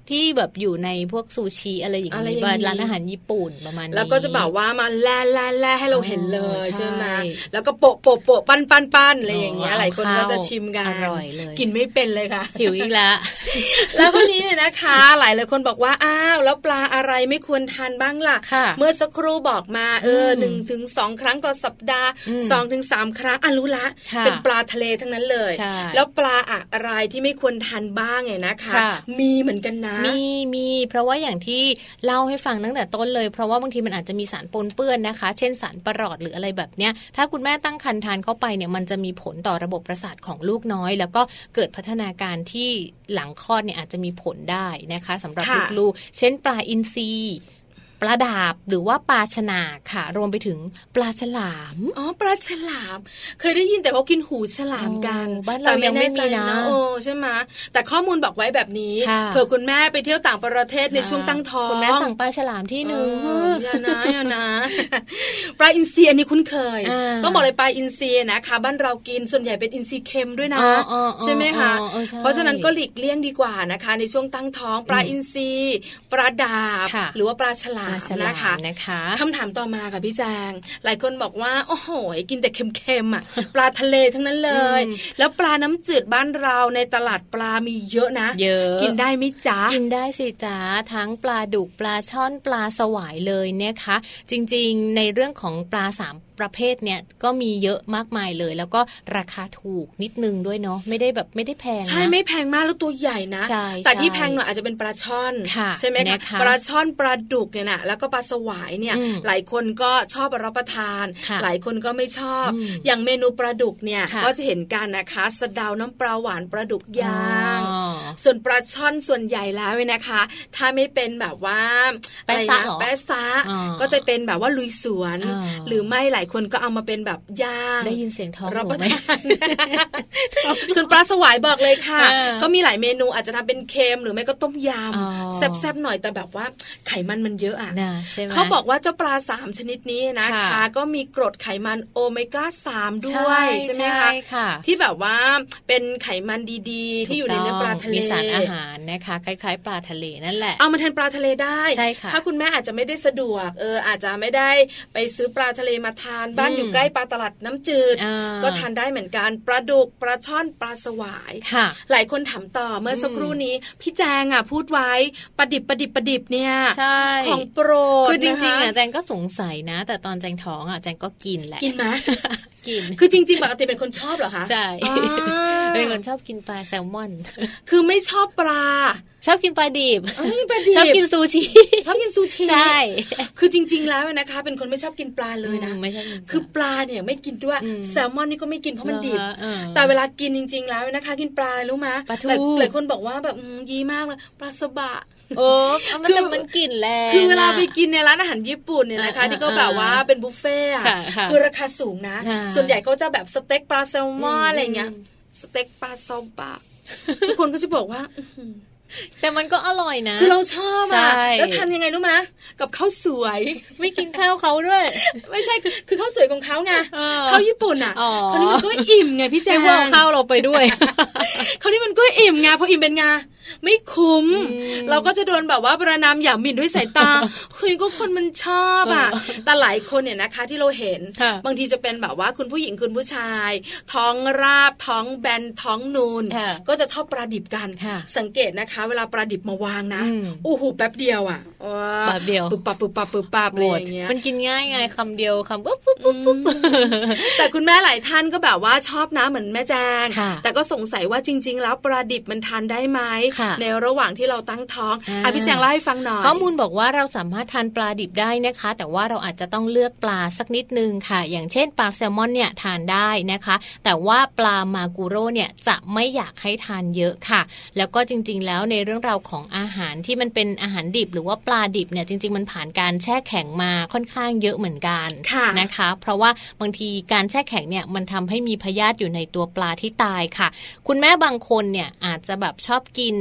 ที่แบบอยู่ในพวกซูชิอะไรอย่างนี้บ้านร้านอาหารญี่ปุ่นประมาณนี้แล้วก็จะแบบว่ามาแล่ให้เราเห็นเลยใช่ไหมแล้วก็โปะปั้นอะไรอย่างเงี้ยหลายคนก็จะชิมกันอร่อยเลยกินไม่เป็นเลยค่ะหิวอีกแล้วแล้ววันนี้เนี่ยนะคะหลายคนบอกว่าอ้าวแล้วปลาอะไรไม่ควรทานบ้างล่ะเมื่อสักครู่บอกมา1-2 ครั้งต่อสัปดาห์ 2-3 ครั้งรู้ละเป็นปลาทะเลทั้งนั้นเลยแล้วปลาอะไรที่ไม่ควรทานบ้างเนี่ยนะคะมีเหมือนกันนะมีเพราะว่าอย่างที่เล่าให้ฟังตั้งแต่ต้นเลยเพราะว่าบางทีมันอาจจะมีสารปนเปื้อนนะคะเช่นสารประหลอดหรืออะไรแบบเนี้ยถ้าคุณแม่ตั้งครรภ์ทานเข้าไปเนี่ยมันจะมีผลต่อระบบประสาทของลูกน้อยแล้วก็เกิดพัฒนาการที่หลังคลอดเนี่ยอาจจะมีผลได้นะคะสำหรับลูกๆเช่นปลาอินทรีปลาดาบหรือว่าปลาฉลามค่ะรวมไปถึงปลาฉลามปลาฉลามเคยได้ยินแต่เขากินหูฉลามกันแต่ยังไม่มีนะใช่ไหมแต่ข้อมูลบอกไว้แบบนี้เผื่อคุณแม่ไปเที่ยวต่างประเทศในช่วงตั้งท้องคุณแม่สั่งปลาฉลามที่นึงอย่านะปลาอินทรีอันนี้คุ้นเคยต้องบอกเลยปลาอินทรีนะคะบ้านเรากินส่วนใหญ่เป็นอินทรีเค็มด้วยนะใช่ไหมคะเพราะฉะนั้นก็หลีกเลี่ยงดีกว่านะคะในช่วงตั้งท้องปลาอินทรีปลาดาบหรือว่าปลาฉลามนะคะคำถามต่อมาค่ะพี่แจงหลายคนบอกว่าโอ้โหกินแต่เค็มๆปลาทะเลทั้งนั้นเลยแล้วปลาน้ำจืดบ้านเราในตลาดปลามีเยอะนะเยอะกินได้ไหมจ๊ะกินได้สิจ๊ะทั้งปลาดุกปลาช่อนปลาสวายเลยนะคะจริงๆในเรื่องของปลา3ประเภทเนี่ยก็มีเยอะมากมายเลยแล้วก็ราคาถูกนิดนึงด้วยเนาะไม่ได้แพงใช่ไม่แพงมากแล้วตัวใหญ่นะแต่ที่แพงหน่อยอาจจะเป็นปลาช่อนใช่ไหมคะปลาช่อนปลาดุกเนี่ยนะแล้วก็ปลาสวายเนี่ยหลายคนก็ชอบรับประทานหลายคนก็ไม่ชอบอย่างเมนูปลาดุกเนี่ยก็จะเห็นกันนะคะสะเดาน้ำปลาหวานปลาดุกย่างส่วนปลาช่อนส่วนใหญ่แล้วเนี่ยนะคะถ้าไม่เป็นแบบว่าแปะซะก็จะเป็นแบบว่าลุยสวนหรือไม่หลายคนก็เอามาเป็นแบบย่างได้ยินเสียงท้องรับประทานส่วนปลาสวายบอกเลยค่ะก็มีหลายเมนูอาจจะทำเป็นเค็มหรือไม่ก็ต้มยำแซ่บๆหน่อยแต่แบบว่าไขมันเยอะอ่ะเขาบอกว่าเจ้าปลา3ชนิดนี้นะคะก็มีกรดไขมันโอเมก้า3ด้วยใช่ไหมคะที่แบบว่าเป็นไขมันดีๆที่อยู่ในเนื้อปลาทะเลมีสารอาหารนะคะคล้ายๆปลาทะเลนั่นแหละเอามาแทนปลาทะเลได้ถ้าคุณแม่อาจจะไม่ได้สะดวกอาจจะไม่ได้ไปซื้อปลาทะเลมาทานบ้านอยู่ใกล้ปลาตลาดน้ำจืดก็ทานได้เหมือนกันปลาดุกปลาช่อนปลาสวายหลายคนถามต่อเมื่อสักครู่นี้พี่แจงพูดไว้ปลาดิบเนี่ยของโปรดคือจริงๆแจงก็สงสัยนะแต่ตอนแจงท้องแจงก็กินแหละกินไหมกินคือจริงๆปกติเป็นคนชอบเหรอคะใช่เป็นคนชอบกินปลาแซลมอนคือไม่ชอบปลาชอบกินปลาดิบชอบกินซูชิชอบกินซูชิใช่คือจริงๆแล้วนะคะเป็นคนไม่ชอบกินปลาเลยนะคือปลาเนี่ยไม่กินด้วยแซลมอนนี่ก็ไม่กินเพราะมันดิบแต่เวลากินจริงๆแล้วนะคะกินปลารู้ไหมหลายคนบอกว่าแบบยีมากเลยปลาสบะคือมันกลิ่นแรงคือเวลาไปกินในร้านอาหารญี่ปุ่นเนี่ยนะคะที่ก็แบบว่าเป็นบุฟเฟ่ต์คือราคาสูงนะส่วนใหญ่ก็จะแบบสเต็กปลาแซลมอนอะไรเงี้ยสเต็กปลาซอบะทุกคนก็จะบอกว่าแต่มันก็อร่อยนะคือเราชอบแล้วทานยังไงรู้ไหมกับข้าวสวยไม่กินข้าวเขาด้วยไม่ใช่คือข้าวสวยของเขาไงข้าวญี่ปุ่นคราวนี้มันก็อิ่มไงพี่แจ๊คว่าข้าวเราไปด้วยคราวนี้มันก็อิ่มไงพออิ่มเป็นไงไม่คุ้มเราก็จะโดนแบบว่าประนามหยามหมิ่นด้วยสายตาเฮ้ยก็คนมันชอบแต่หลายคนเนี่ยนะคะที่เราเห็นบางทีจะเป็นแบบว่าคุณผู้หญิงคุณผู้ชายท้องราบท้องแบนท้องนูนก็จะชอบปลาดิบกันสังเกตนะคะเวลาปลาดิบมาวางนะโอ้โหแป๊บเดียวแป๊บเดียวปึ๊บปั๊บอะไรอย่างเงี้ยมันกินง่ายไงคำเดียวคำปุ๊บแต่คุณแม่หลายท่านก็แบบว่าชอบนะเหมือนแม่แจงแต่ก็สงสัยว่าจริงๆแล้วปลาดิบมันทานได้ไหมในระหว่างที่เราตั้งท้องพี่แจงเล่าให้ฟังหน่อยข้อมูลบอกว่าเราสามารถทานปลาดิบได้นะคะแต่ว่าเราอาจจะต้องเลือกปลาสักนิดนึงค่ะอย่างเช่นปลาแซลมอนเนี่ยทานได้นะคะแต่ว่าปลามากุโร่เนี่ยจะไม่อยากให้ทานเยอะค่ะแล้วก็จริงๆแล้วในเรื่องราวของอาหารที่มันเป็นอาหารดิบหรือว่าปลาดิบเนี่ยจริงๆมันผ่านการแช่แข็งมาค่อนข้างเยอะเหมือนกันนะคะเพราะว่าบางทีการแช่แข็งเนี่ยมันทำให้มีพยาธิอยู่ในตัวปลาที่ตายค่ะคุณแม่บางคนเนี่ยอาจจะแบบชอบกิน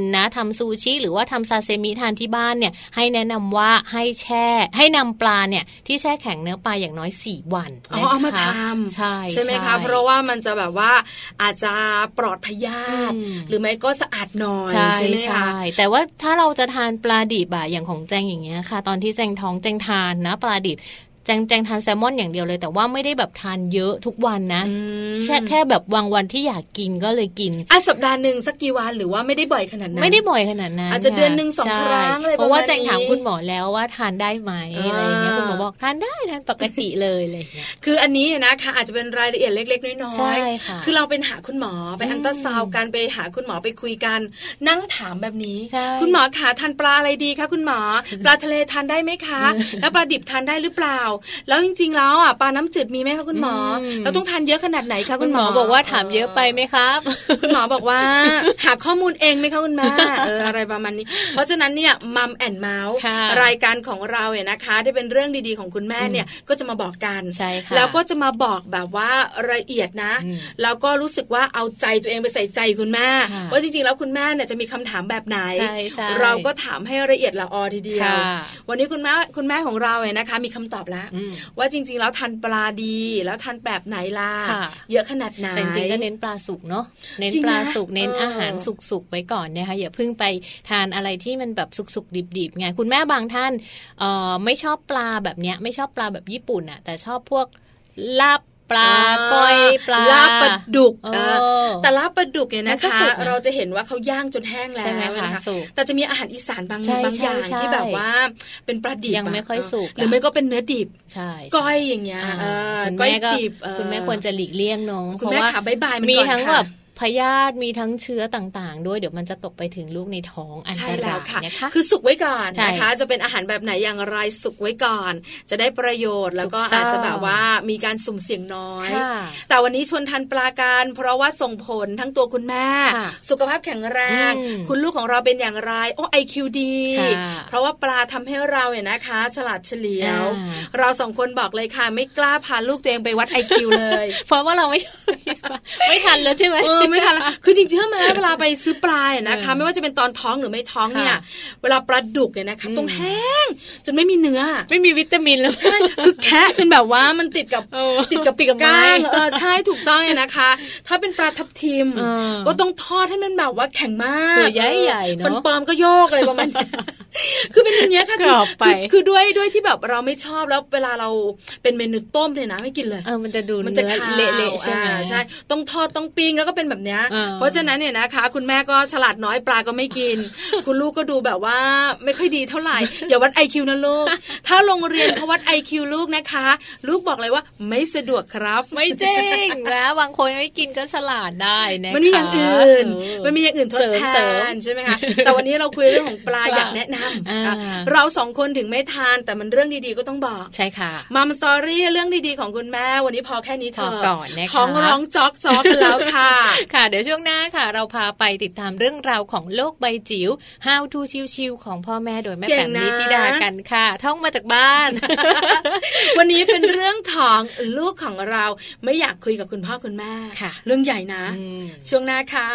นะทำซูชิหรือว่าทำซาซิมิทานที่บ้านเนี่ยให้แนะนำว่าให้นำปลาเนี่ยที่แช่แข็งเนื้อปลาอย่างน้อย4 วันเอามาทำใช่ไหมคะเพราะว่ามันจะแบบว่าอาจจะปลอดพยาธิหรือไม่ก็สะอาดหน่อยใช่ไหมคะแต่ว่าถ้าเราจะทานปลาดิบอย่างของแจงอย่างเงี้ยค่ะตอนที่แจงท้องแจงทานนะปลาดิบแจงทานแซลมอนอย่างเดียวเลยแต่ว่าไม่ได้แบบทานเยอะทุกวันนะแค่แบบวันที่อยากกินก็เลยกินสัปดาห์นึงสักกี่วันหรือว่าไม่ได้บ่อยขนาดนั้นไม่ได้บ่อยขนาดนั้นอาจจะเดือนนึง2 ครั้งเลยเพราะว่าแจงถามคุณหมอแล้วว่าทานได้ไหมอะไรอย่างเงี้ยคุณหมอบอกทานได้ทานปกติเลยอะไรอย่างเงี้ยคืออันนี้นะคะอาจจะเป็นรายละเอียดเล็กๆน้อยๆคือเราเป็นหาคุณหมอไปอัลตราซาวด์กันไปหาคุณหมอไปคุยกันนั่งถามแบบนี้คุณหมอคะทานปลาอะไรดีคะคุณหมอปลาทะเลทานได้ไหมคะแล้วปลาดิบทานได้หรือเปล่าแล้วจริงแล้วปลาน้ำจืดมีไหมคะคุณหมอเราต้องทานเยอะขนาดไหนคะคุณหมอบอกว่าถามเยอะไปไหมครับคุณหมอบอกว่าหาข้อมูลเองไหมคะคุณแม่อะไรประมาณนี้เพราะฉะนั้นเนี่ยมัมแอนด์เมาส์รายการของเราเนี่ยนะคะที่เป็นเรื่องดีๆของคุณแม่เนี่ยก็จะมาบอกกันแล้วก็จะมาบอกแบบว่าละเอียดนะแล้วก็รู้สึกว่าเอาใจตัวเองไปใส่ใจคุณแม่ว่าจริงๆแล้วคุณแม่เนี่ยจะมีคำถามแบบไหนเราก็ถามให้ละเอียดละออทีเดียววันนี้คุณแม่ของเราเนี่ยนะคะมีคำตอบแล้วว่าจริงๆแล้วทานปลาดีแล้วทานแบบไหนล่ะเยอะขนาดไหนแต่จริงๆก็เน้นปลาสุกเนาะเน้นปลาสุกเน้นอาหารสุกๆไว้ก่อนนะคะอย่าเพิ่งไปทานอะไรที่มันแบบสุกๆดิบๆไงคุณแม่บางท่านไม่ชอบปลาแบบเนี้ยไม่ชอบปลาแบบญี่ปุ่นอ่ะแต่ชอบพวกลาบปลาก้อยปลาลาบปลาดุกแต่ลาบปลาดุกเนี่ยนะคะเราจะเห็นว่าเขาย่างจนแห้งแล้วนะคะแต่จะมีอาหารอีสานบางอย่างที่แบบว่าเป็นปลาดิบยังไม่ค่อยสุกหรือไม่ก็เป็นเนื้อดิบก้อยอย่างเงี้ยก้อยดิบคุณแม่ควรจะหลีกเลี่ยงน้องคุณแม่ขาบายๆมีทั้งแบบพยาธิมีทั้งเชื้อต่างๆด้วยเดี๋ยวมันจะตกไปถึงลูกในท้องอันตรายนะคะคือสุกไว้ก่อนนะคะจะเป็นอาหารแบบไหนอย่างไรสุกไว้ก่อนจะได้ประโยชน์แล้วก็อาจจะแบบว่ามีการสุ่มเสี่ยงน้อยแต่วันนี้ชวนทานปลาการเพราะว่าส่งผลทั้งตัวคุณแม่สุขภาพแข็งแรงคุณลูกของเราเป็นอย่างไรIQ ดีเพราะว่าปลาทำให้เราเนี่ยนะคะฉลาดเฉลียวเรา2 คนบอกเลยค่ะไม่กล้าพาลูกตัวเองไปวัด IQ เลยเพราะว่าเราไม่ทันแล้วใช่ไหมไม่ทันคือจริงๆเชื่อไหมเวลาไปซื้อปลาเนี่ยนะคะไม่ว่าจะเป็นตอนท้องหรือไม่ท้องเนี่ยเวลาปลาดุกเนี่ยนะคะต้องแห้งจนไม่มีเนื้อไม่มีวิตามินแล้วใช่คือแคะจนแบบว่ามันติดกับก้างใช่ถูกต้องเนี่ยนะคะถ้าเป็นปลาทับทิมก็ต้องทอดให้มันแบบว่าแข็งมากตัวใหญ่ๆเนาะฟันปลอมก็โยกอะไรประมาณนี้คือเป็นอย่างเงี้ยค่ะคือด้วยที่แบบเราไม่ชอบแล้วเวลาเราเป็นเมนูต้มเนี่ยนะไม่กินเลยมันจะดูมันจะเละๆใช่ไหมใช่ต้องทอดต้องปิ้งแล้วก็เป็นแบบเนี้ยเพราะฉะนั้นเนี่ยนะคะคุณแม่ก็ฉลาดน้อยปลาก็ไม่กิน คุณลูกก็ดูแบบว่าไม่ค่อยดีเท่าไหร่อย่าวัด IQ นะลูกถ้าโรงเรียนเขาวัด IQ ลูกนะคะลูกบอกเลยว่าไม่สะดวกครับไม่จริงแล้วบางคนไม่กินก็ฉลาดได้นะคะมันมีอย่างอื่นทดแทนใช่ไหมคะแต่วันนี้เราคุยเรื่องของปลาอยากแนะนำเรา2 คนถึงไม่ทานแต่มันเรื่องดีๆก็ต้องบอกใช่ค่ะมัมสตอรี่เรื่องดีๆของคุณแม่วันนี้พอแค่นี้เถอะก่อนนะคะท้องร้องจ๊อกกันแล้วค่ะค่ะเดี๋ยวช่วงหน้าค่ะเราพาไปติดตามเรื่องราวของโลกใบจิ๋ว How to ชิวๆของพ่อแม่โดยแม่แป๋มนิธิดากันค่ะท่องมาจากบ้านวันนี้เป็นเรื่องของลูกของเราไม่อยากคุยกับคุณพ่อคุณแม่เรื่องใหญ่นะช่วงหน้าค่ะ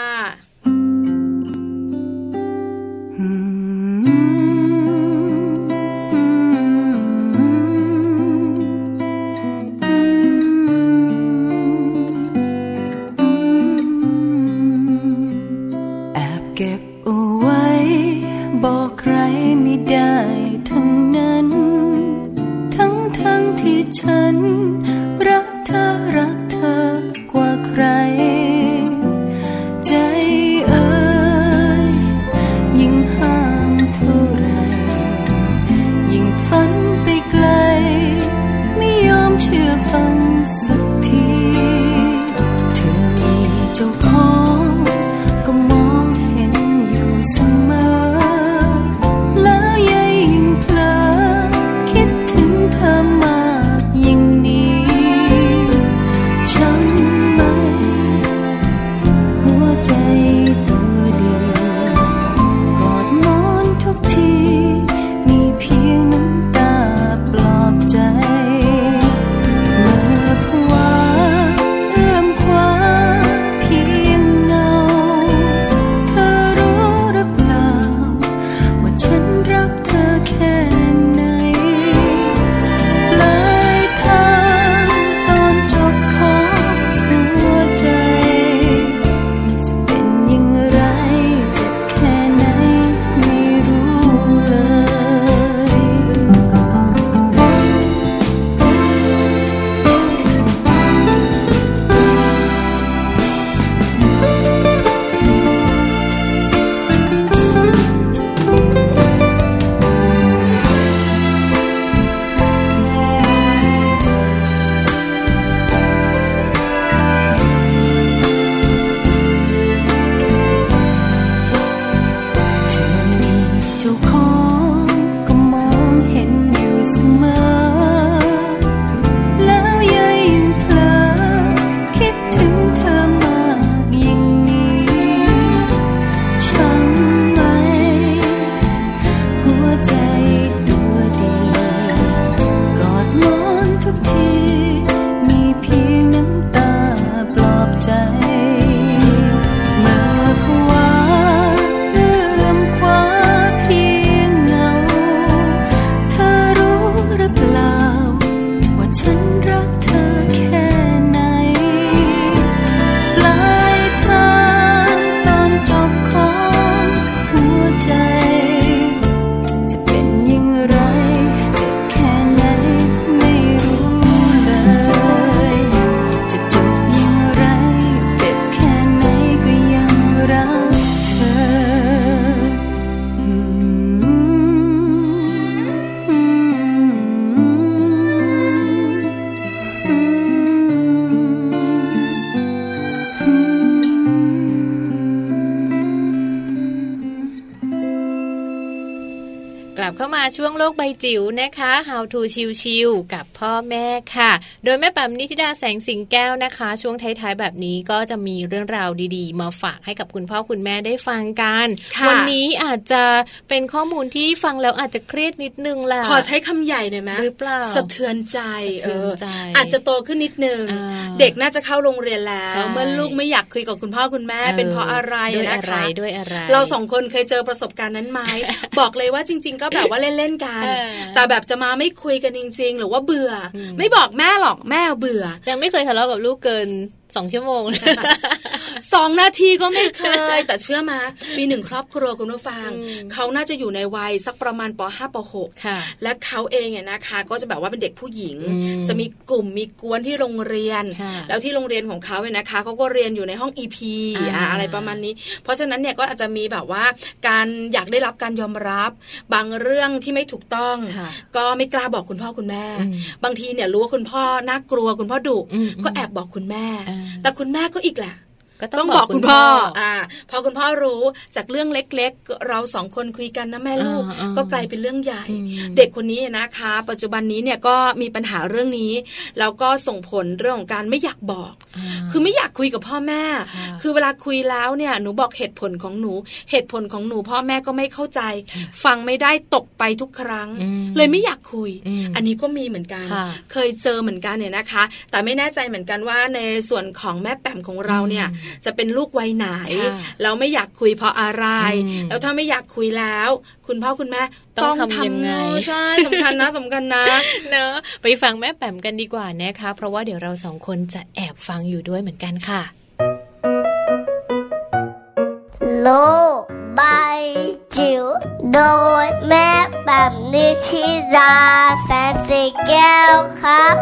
บอกใครไม่ได้ทั้งนั้นทั้งที่ฉันรักเธอกว่าใครใจลับเข้ามาช่วงโลกใบจิ๋วนะคะ How to ชิวๆกับพ่อแม่ค่ะโดยแม่แป๋มนิธิดาแสงสิงแก้วนะคะช่วงท้ายๆแบบนี้ก็จะมีเรื่องราวดีๆมาฝากให้กับคุณพ่อคุณแม่ได้ฟังกันวันนี้อาจจะเป็นข้อมูลที่ฟังแล้วอาจจะเครียดนิดนึงล่ะขอใช้คำใหญ่หน่อยไหมหรือเปล่าสะเทือนใจอาจจะโตขึ้นนิดนึงเด็กน่าจะเข้าโรงเรียนแล้วเมื่อลูกไม่อยากคุยกับคุณพ่อคุณแม่เป็นเพราะอะไรนะคะด้วยอะไรเราสองคนเคยเจอประสบการณ์นั้นไหม บอกเลยว่าจริงๆก็แบบว่าเล่นๆกันแต่แบบจะมาไม่คุยกันจริงๆหรือว่าเบื่อไม่บอกแม่หรอกแม่เบื่อจังไม่เคยทะเลาะกับลูกเกิน2 ชั่วโมง 2 นาทีก็ไม่เคยแต่เชื่อมาปี1ครอบครัวคุณผู้ฟังเขาน่าจะอยู่ในวัยสักประมาณป.5 ป.6 และเขาเองเนี่ยนะคะก็จะแบบว่าเป็นเด็กผู้หญิงจะมีกลุ่มมีกวนที่โรงเรียนแล้วที่โรงเรียนของเขาเนี่ยนะคะเขาก็เรียนอยู่ในห้อง EP อะไรประมาณนี้เพราะฉะนั้นเนี่ยก็อาจจะมีแบบว่าการอยากได้รับการยอมรับบางเรื่องที่ไม่ถูกต้องก็ไม่กล้าบอกคุณพ่อคุณแม่บางทีเนี่ยรู้ว่าคุณพ่อน่ากลัวคุณพ่อดุก็แอบบอกคุณแม่แต่คุณแม่ก็อีกแหละต้องบอกคุณพ่อพอคุณพ่อรู้จากเรื่องเล็กๆเรา2 คนคุยกันนะแม่ลูกก็กลายเป็นเรื่องใหญ่เด็กคนนี้นะคะปัจจุบันนี้เนี่ยก็มีปัญหาเรื่องนี้แล้วก็ส่งผลเรื่องของการไม่อยากบอกคือไม่อยากคุยกับพ่อแม่คือเวลาคุยแล้วเนี่ยหนูบอกเหตุผลของหนูพ่อแม่ก็ไม่เข้าใจฟังไม่ได้ตกไปทุกครั้งเลยไม่อยากคุยอันนี้ก็มีเหมือนกันเคยเจอเหมือนกันเนี่ยนะคะแต่ไม่แน่ใจเหมือนกันว่าในส่วนของแม่แป๋มของเราเนี่ยจะเป็นลูกวัยไหนแล้วไม่อยากคุยเพราะอะไรแล้วถ้าไม่อยากคุยแล้วคุณพ่อคุณแม่ต้องทำยังไงใช่สำคัญนะเนอะไปฟังแม่แป๋มกันดีกว่านะคะเพราะว่าเดี๋ยวเรา2 คนจะแอบฟังอยู่ด้วยเหมือนกันค่ะโลกใบจิ๋วโดยแม่แป๋มนิธิดาแสงสีแก้วครับ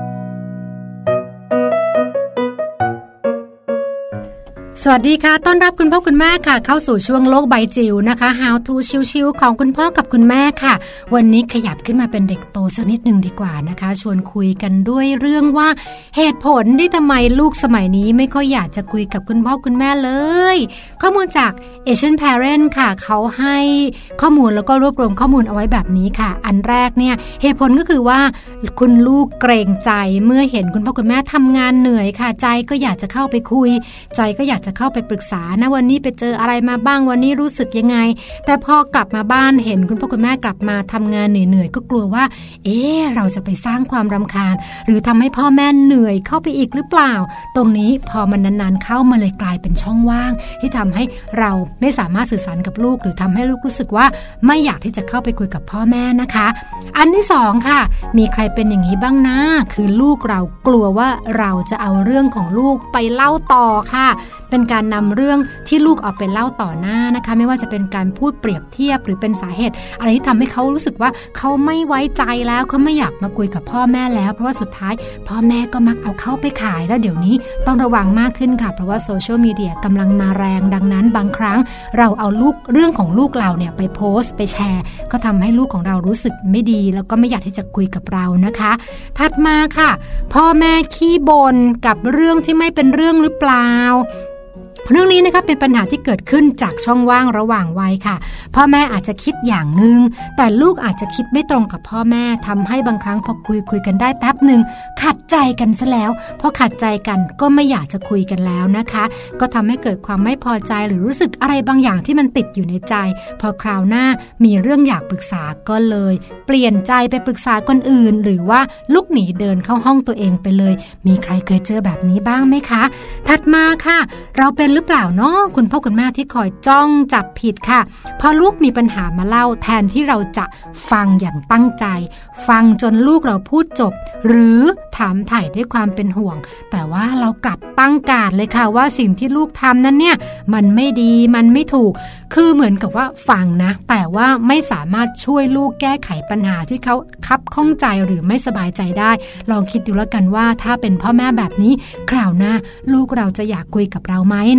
สวัสดีค่ะต้อนรับคุณพ่อคุณแม่ค่ะเข้าสู่ช่วงโลกใบจิ๋วนะคะ How to ชิวๆของคุณพ่อกับคุณแม่ค่ะวันนี้ขยับขึ้นมาเป็นเด็กโตสักนิดนึงดีกว่านะคะชวนคุยกันด้วยเรื่องว่าเหตุผลที่ทำไมลูกสมัยนี้ไม่ค่อยอยากจะคุยกับคุณพ่อคุณแม่เลยข้อมูลจาก Asian Parent ค่ะเขาให้ข้อมูลแล้วก็รวบรวมข้อมูลเอาไว้แบบนี้ค่ะอันแรกเนี่ยเหตุผลก็คือว่าคุณลูกเกรงใจเมื่อเห็นคุณพ่อคุณแม่ทำงานเหนื่อยค่ะใจก็อยากจะเข้าไปคุยใจก็อยากจะเข้าไปปรึกษานะวันนี้ไปเจออะไรมาบ้างวันนี้รู้สึกยังไงแต่พอกลับมาบ้านเห็นคุณพ่อคุณแม่กลับมาทำงานเหนื่อยๆก็กลัวว่าเราจะไปสร้างความรำคาญหรือทำให้พ่อแม่เหนื่อยเข้าไปอีกหรือเปล่าตรงนี้พอมันนานๆเข้ามาเลยกลายเป็นช่องว่างที่ทำให้เราไม่สามารถสื่อสารกับลูกหรือทำให้ลูกรู้สึกว่าไม่อยากที่จะเข้าไปคุยกับพ่อแม่นะคะอันที่2ค่ะมีใครเป็นอย่างนี้บ้างนะคือลูกเรากลัวว่าเราจะเอาเรื่องของลูกไปเล่าต่อค่ะเป็นการนำเรื่องที่ลูกเอาไปเล่าต่อหน้านะคะไม่ว่าจะเป็นการพูดเปรียบเทียบหรือเป็นสาเหตุอะไรที่ทำให้เขารู้สึกว่าเขาไม่ไว้ใจแล้วเขาไม่อยากมาคุยกับพ่อแม่แล้วเพราะว่าสุดท้ายพ่อแม่ก็มักเอาเข้าไปขายแล้วเดี๋ยวนี้ต้องระวังมากขึ้นค่ะเพราะว่าโซเชียลมีเดียกำลังมาแรงดังนั้นบางครั้งเราเอาเรื่องของลูกเราเนี่ยไปโพสต์ไปแชร์ก็ทำให้ลูกของเรารู้สึกไม่ดีแล้วก็ไม่อยากที่จะคุยกับเรานะคะถัดมาค่ะพ่อแม่ขี้บ่นกับเรื่องที่ไม่เป็นเรื่องหรือเปล่าเรื่องนี้นะคะเป็นปัญหาที่เกิดขึ้นจากช่องว่างระหว่างวัยค่ะพ่อแม่อาจจะคิดอย่างนึงแต่ลูกอาจจะคิดไม่ตรงกับพ่อแม่ทำให้บางครั้งพอคุยกันได้แป๊บนึงขัดใจกันซะแล้วพอขัดใจกันก็ไม่อยากจะคุยกันแล้วนะคะก็ทำให้เกิดความไม่พอใจหรือรู้สึกอะไรบางอย่างที่มันติดอยู่ในใจพอคราวหน้ามีเรื่องอยากปรึกษาก็เลยเปลี่ยนใจไปปรึกษาคนอื่นหรือว่าลุกหนีเดินเข้าห้องตัวเองไปเลยมีใครเคยเจอแบบนี้บ้างไหมคะถัดมาค่ะเราเป็นหรือเปล่าเนาะคุณพ่อคุณแม่ที่คอยจ้องจับผิดค่ะพอลูกมีปัญหามาเล่าแทนที่เราจะฟังอย่างตั้งใจฟังจนลูกเราพูดจบหรือถามไถ่ด้วยความเป็นห่วงแต่ว่าเรากลับตั้งการเลยค่ะว่าสิ่งที่ลูกทำนั้นเนี่ยมันไม่ดีมันไม่ถูกคือเหมือนกับว่าฟังนะแต่ว่าไม่สามารถช่วยลูกแก้ไขปัญหาที่เขาคับข้องใจหรือไม่สบายใจได้ลองคิดดูแล้วกันว่าถ้าเป็นพ่อแม่แบบนี้คราวหน้าลูกเราจะอยากคุยกับเราไหมนะ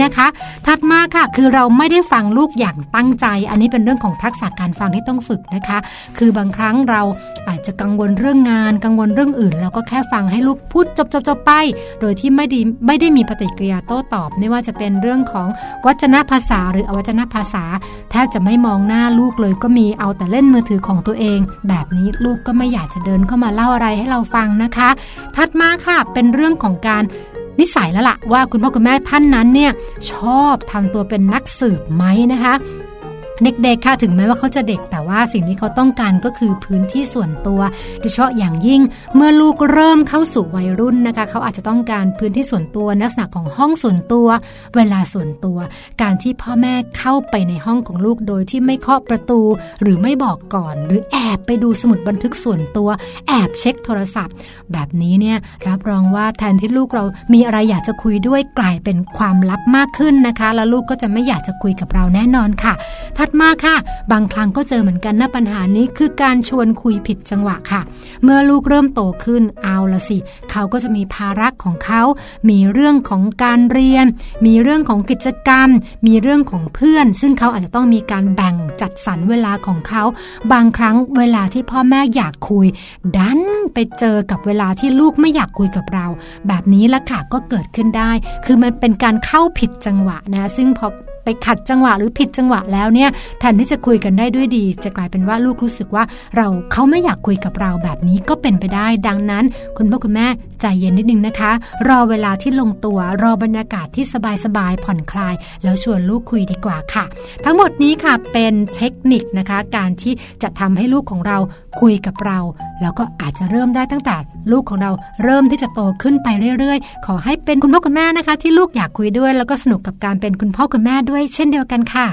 นะคะถัดมาค่ะคือเราไม่ได้ฟังลูกอย่างตั้งใจอันนี้เป็นเรื่องของทักษะการฟังที่ต้องฝึกนะคะคือบางครั้งเราอาจจะกังวลเรื่องงานกังวลเรื่องอื่นเราก็แค่ฟังให้ลูกพูดจบไปโดยที่ไม่ได้มีปฏิกิริยาโต้ตอบไม่ว่าจะเป็นเรื่องของวจนภาษาหรืออวจนภาษาแทบจะไม่มองหน้าลูกเลยก็มีเอาแต่เล่นมือถือของตัวเองแบบนี้ลูกก็ไม่อยากจะเดินเข้ามาเล่าอะไรให้เราฟังนะคะถัดมาค่ะเป็นเรื่องของการนิสัยแล้วล่ะว่าคุณพ่อคุณแม่ท่านนั้นเนี่ยชอบทำตัวเป็นนักสืบไหมนะคะเด็กๆค่ะถึงแม้ว่าเขาจะเด็กแต่ว่าสิ่งที่เขาต้องการก็คือพื้นที่ส่วนตัวโดยเฉพาะอย่างยิ่งเมื่อลูกเริ่มเข้าสู่วัยรุ่นนะคะเขาอาจจะต้องการพื้นที่ส่วนตัวลักษณะของห้องส่วนตัวเวลาส่วนตัวการที่พ่อแม่เข้าไปในห้องของลูกโดยที่ไม่เคาะประตูหรือไม่บอกก่อนหรือแอบไปดูสมุดบันทึกส่วนตัวแอบเช็คโทรศัพท์แบบนี้เนี่ยรับรองว่าแทนที่ลูกเรามีอะไรอยากจะคุยด้วยกลายเป็นความลับมากขึ้นนะคะแล้วลูกก็จะไม่อยากจะคุยกับเราแน่นอนค่ะถัดมาค่ะบางครั้งก็เจอเหมือนกันนะปัญหานี้คือการชวนคุยผิดจังหวะค่ะเมื่อลูกเริ่มโตขึ้นเอาละสิเขาก็จะมีภาระของเขามีเรื่องของการเรียนมีเรื่องของกิจกรรมมีเรื่องของเพื่อนซึ่งเขาอาจจะต้องมีการแบ่งจัดสรรเวลาของเขาบางครั้งเวลาที่พ่อแม่อยากคุยดันไปเจอกับเวลาที่ลูกไม่อยากคุยกับเราแบบนี้ละค่ะก็เกิดขึ้นได้คือมันเป็นการเข้าผิดจังหวะนะซึ่งพอไปขัดจังหวะหรือผิดจังหวะแล้วเนี่ยแทนที่จะคุยกันได้ด้วยดีจะกลายเป็นว่าลูกรู้สึกว่าเขาไม่อยากคุยกับเราแบบนี้ก็เป็นไปได้ดังนั้นคุณพ่อคุณแม่ใจเย็นนิดนึงนะคะรอเวลาที่ลงตัวรอบรรยากาศที่สบายๆผ่อนคลายแล้วชวนลูกคุยดีกว่าค่ะทั้งหมดนี้ค่ะเป็นเทคนิคนะคะการที่จะทำให้ลูกของเราคุยกับเราแล้วก็อาจจะเริ่มได้ตั้งแต่ลูกของเราเริ่มที่จะโตขึ้นไปเรื่อยๆขอให้เป็นคุณพ่อคุณแม่นะคะที่ลูกอยากคุยด้วยแล้วก็สนุกกับการเป็นคุณพ่อคุณแม่ด้วยเช่นเดียวกันค่ะ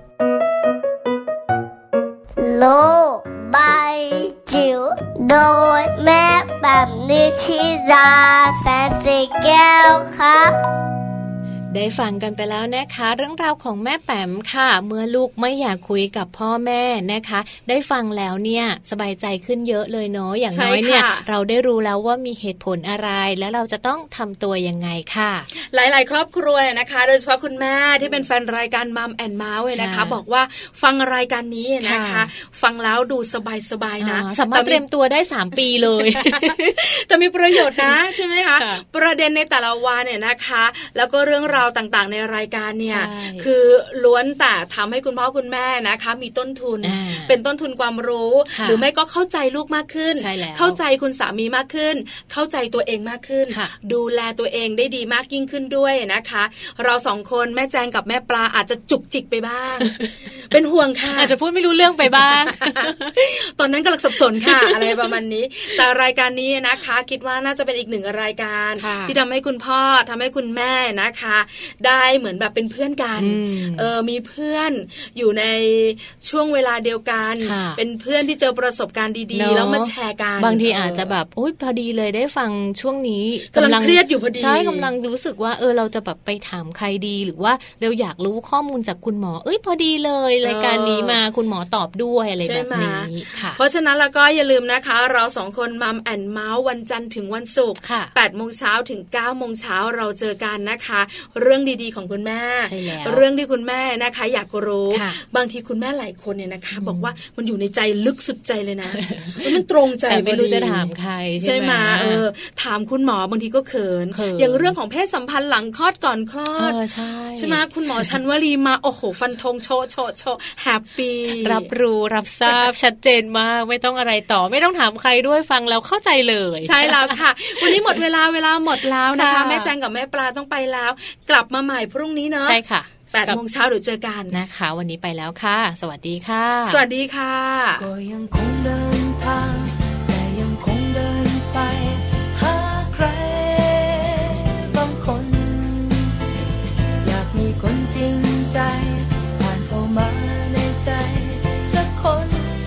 โลกใบจิ๋วโดยแม่แบบนิชิราแสนสีแก้วครับได้ฟังกันไปแล้วนะคะเรื่องราวของแม่แป๋มค่ะเมื่อลูกไม่อยากคุยกับพ่อแม่นะคะได้ฟังแล้วเนี่ยสบายใจขึ้นเยอะเลยเนาะอย่างน้อยเนี่ยเราได้รู้แล้วว่ามีเหตุผลอะไรและเราจะต้องทำตัวยังไงค่ะหลายๆครอบครัวนะคะโดยเฉพาะคุณแม่ที่เป็นแฟนรายการมัมแอนด์เมาส์นะคะบอกว่าฟังรายการนี้นะคะฟังแล้วดูสบายๆนะสามารถเตรียมตัวได้3 ปีเลยแต่มีประโยชน์นะใช่ไหมคะประเด็นในแต่ละวันเนี่ยนะคะแล้วก็เรื่องราวต่างๆในรายการเนี่ยคือล้วนแต่ทำให้คุณพ่อคุณแม่นะคะมีต้นทุนเป็นต้นทุนความรู้หรือไม่ก็เข้าใจลูกมากขึ้นเข้าใจคุณสามีมากขึ้นเข้าใจตัวเองมากขึ้นดูแลตัวเองได้ดีมากยิ่งขึ้นด้วยนะคะเรา2คนแม่แจงกับแม่ปลาอาจจะจุกจิกไปบ้าง เป็นห่วงค่ะอาจจะพูดไม่รู้เรื่องไปบ้างตอนนั้นกำลังสับสนค่ะ อะไรประมาณนี้แต่รายการนี้นะคะคิดว่าน่าจะเป็นอีกหนึ่งรายการที่ทำให้คุณพ่อทำให้คุณแม่นะคะได้เหมือนแบบเป็นเพื่อนกันมีเพื่อนอยู่ในช่วงเวลาเดียวกันเป็นเพื่อนที่เจอประสบการณ์ดีๆแล้วมาแชร์กันบางทีอาจจะแบบอุ๊ยพอดีเลยได้ฟังช่วงนี้กำลังเครียดอยู่พอดีใช่กำลังรู้สึกว่าเราจะแบบไปถามใครดีหรือว่าเราอยากรู้ข้อมูลจากคุณหมอพอดีเลยรายการนี้มาคุณหมอตอบด้วยอะไรแบบนี้ค่ะเพราะฉะนั้นแล้วก็อย่าลืมนะคะเรา2คนมัมแอนด์เมาส์วันจันทร์ถึงวันศุกร์ 8 โมงเช้าถึง 9 โมงเช้าเราเจอกันนะคะเรื่องดีๆของคุณแม่เรื่องที่คุณแม่นะคะอยากรู้บางทีคุณแม่หลายคนเนี่ยนะคะบอกว่ามันอยู่ในใจลึกสุดใจเลยนะมันตรงใจแต่ไม่รู้จะถามใครใช่ไหมถามคุณหมอบางทีก็เขินอย่างเรื่องของเพศสัมพันธ์หลังคลอดก่อนคลอดใช่ไหมคุณหมอชันวลีมาโอ้โหฟันธงโชว์แฮปปี้รับรู้รับทราบชัดเจนมากไม่ต้องอะไรต่อไม่ต้องถามใครด้วยฟังแล้วเข้าใจเลยใช่แล้วค่ะวันนี้หมดเวลาหมดแล้วนะคะแม่แจงกับแม่ปลาต้องไปแล้วกลับมาใหม่พรุ่งนี้เนาะใช่ค่ะ 8 โมงเช้าเดี๋ยวเจอกันนะคะวันนี้ไปแล้วค่ะสวัสดีค่ะสวัสดีค่ะก็ยังคงเดินทางแต่ยังคงเดินไปหาใครบางคนอยากมีคนจริงใจผ่านเข้ามาในใจสักคน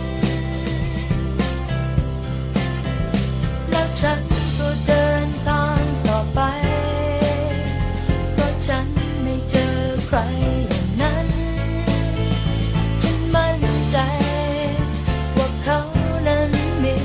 แล้วฉันก็เดินทางต่อไปเพราะฉันไม่เจอใครอย่างนั้นฉันมั่นใจว่าเขานั้นมี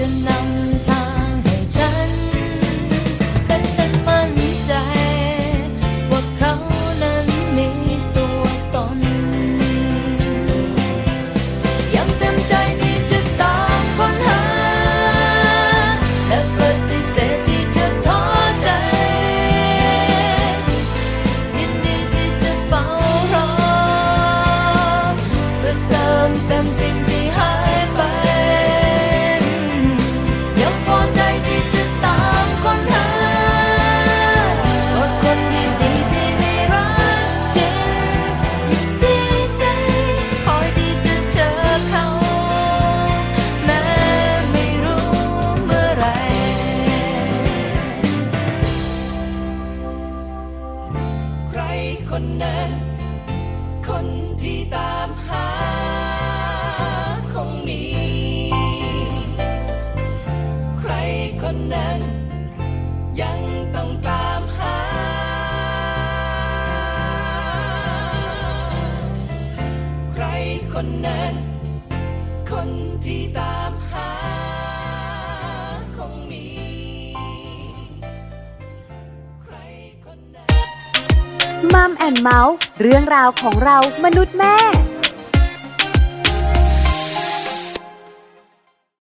นำทางให้ฉันและฉันมั่นใจว่าเขานั้นมีตัวตนยังเต็มใจที่จะตามค้นหาและปฏิเสธที่จะท้อใจยินดีที่จะเฝ้ารอเพื่อเติมเต็มสิ่งที่หายไปยังพอใจที่จะตามค้นหาว่าคนดีๆที่ไม่รักจริงอยู่ที่ไหนคอยที่จะเจอเขาแม้ไม่รู้เมื่อไรใครคนนั้นคนที่ตามหาคงมีใครคนนั้นยังต้องตามหาใครคนนั้นคนที่ตามหาคงมีใครคนนั้นมัมแอนด์เมาส์เรื่องราวของเรามนุษย์แม่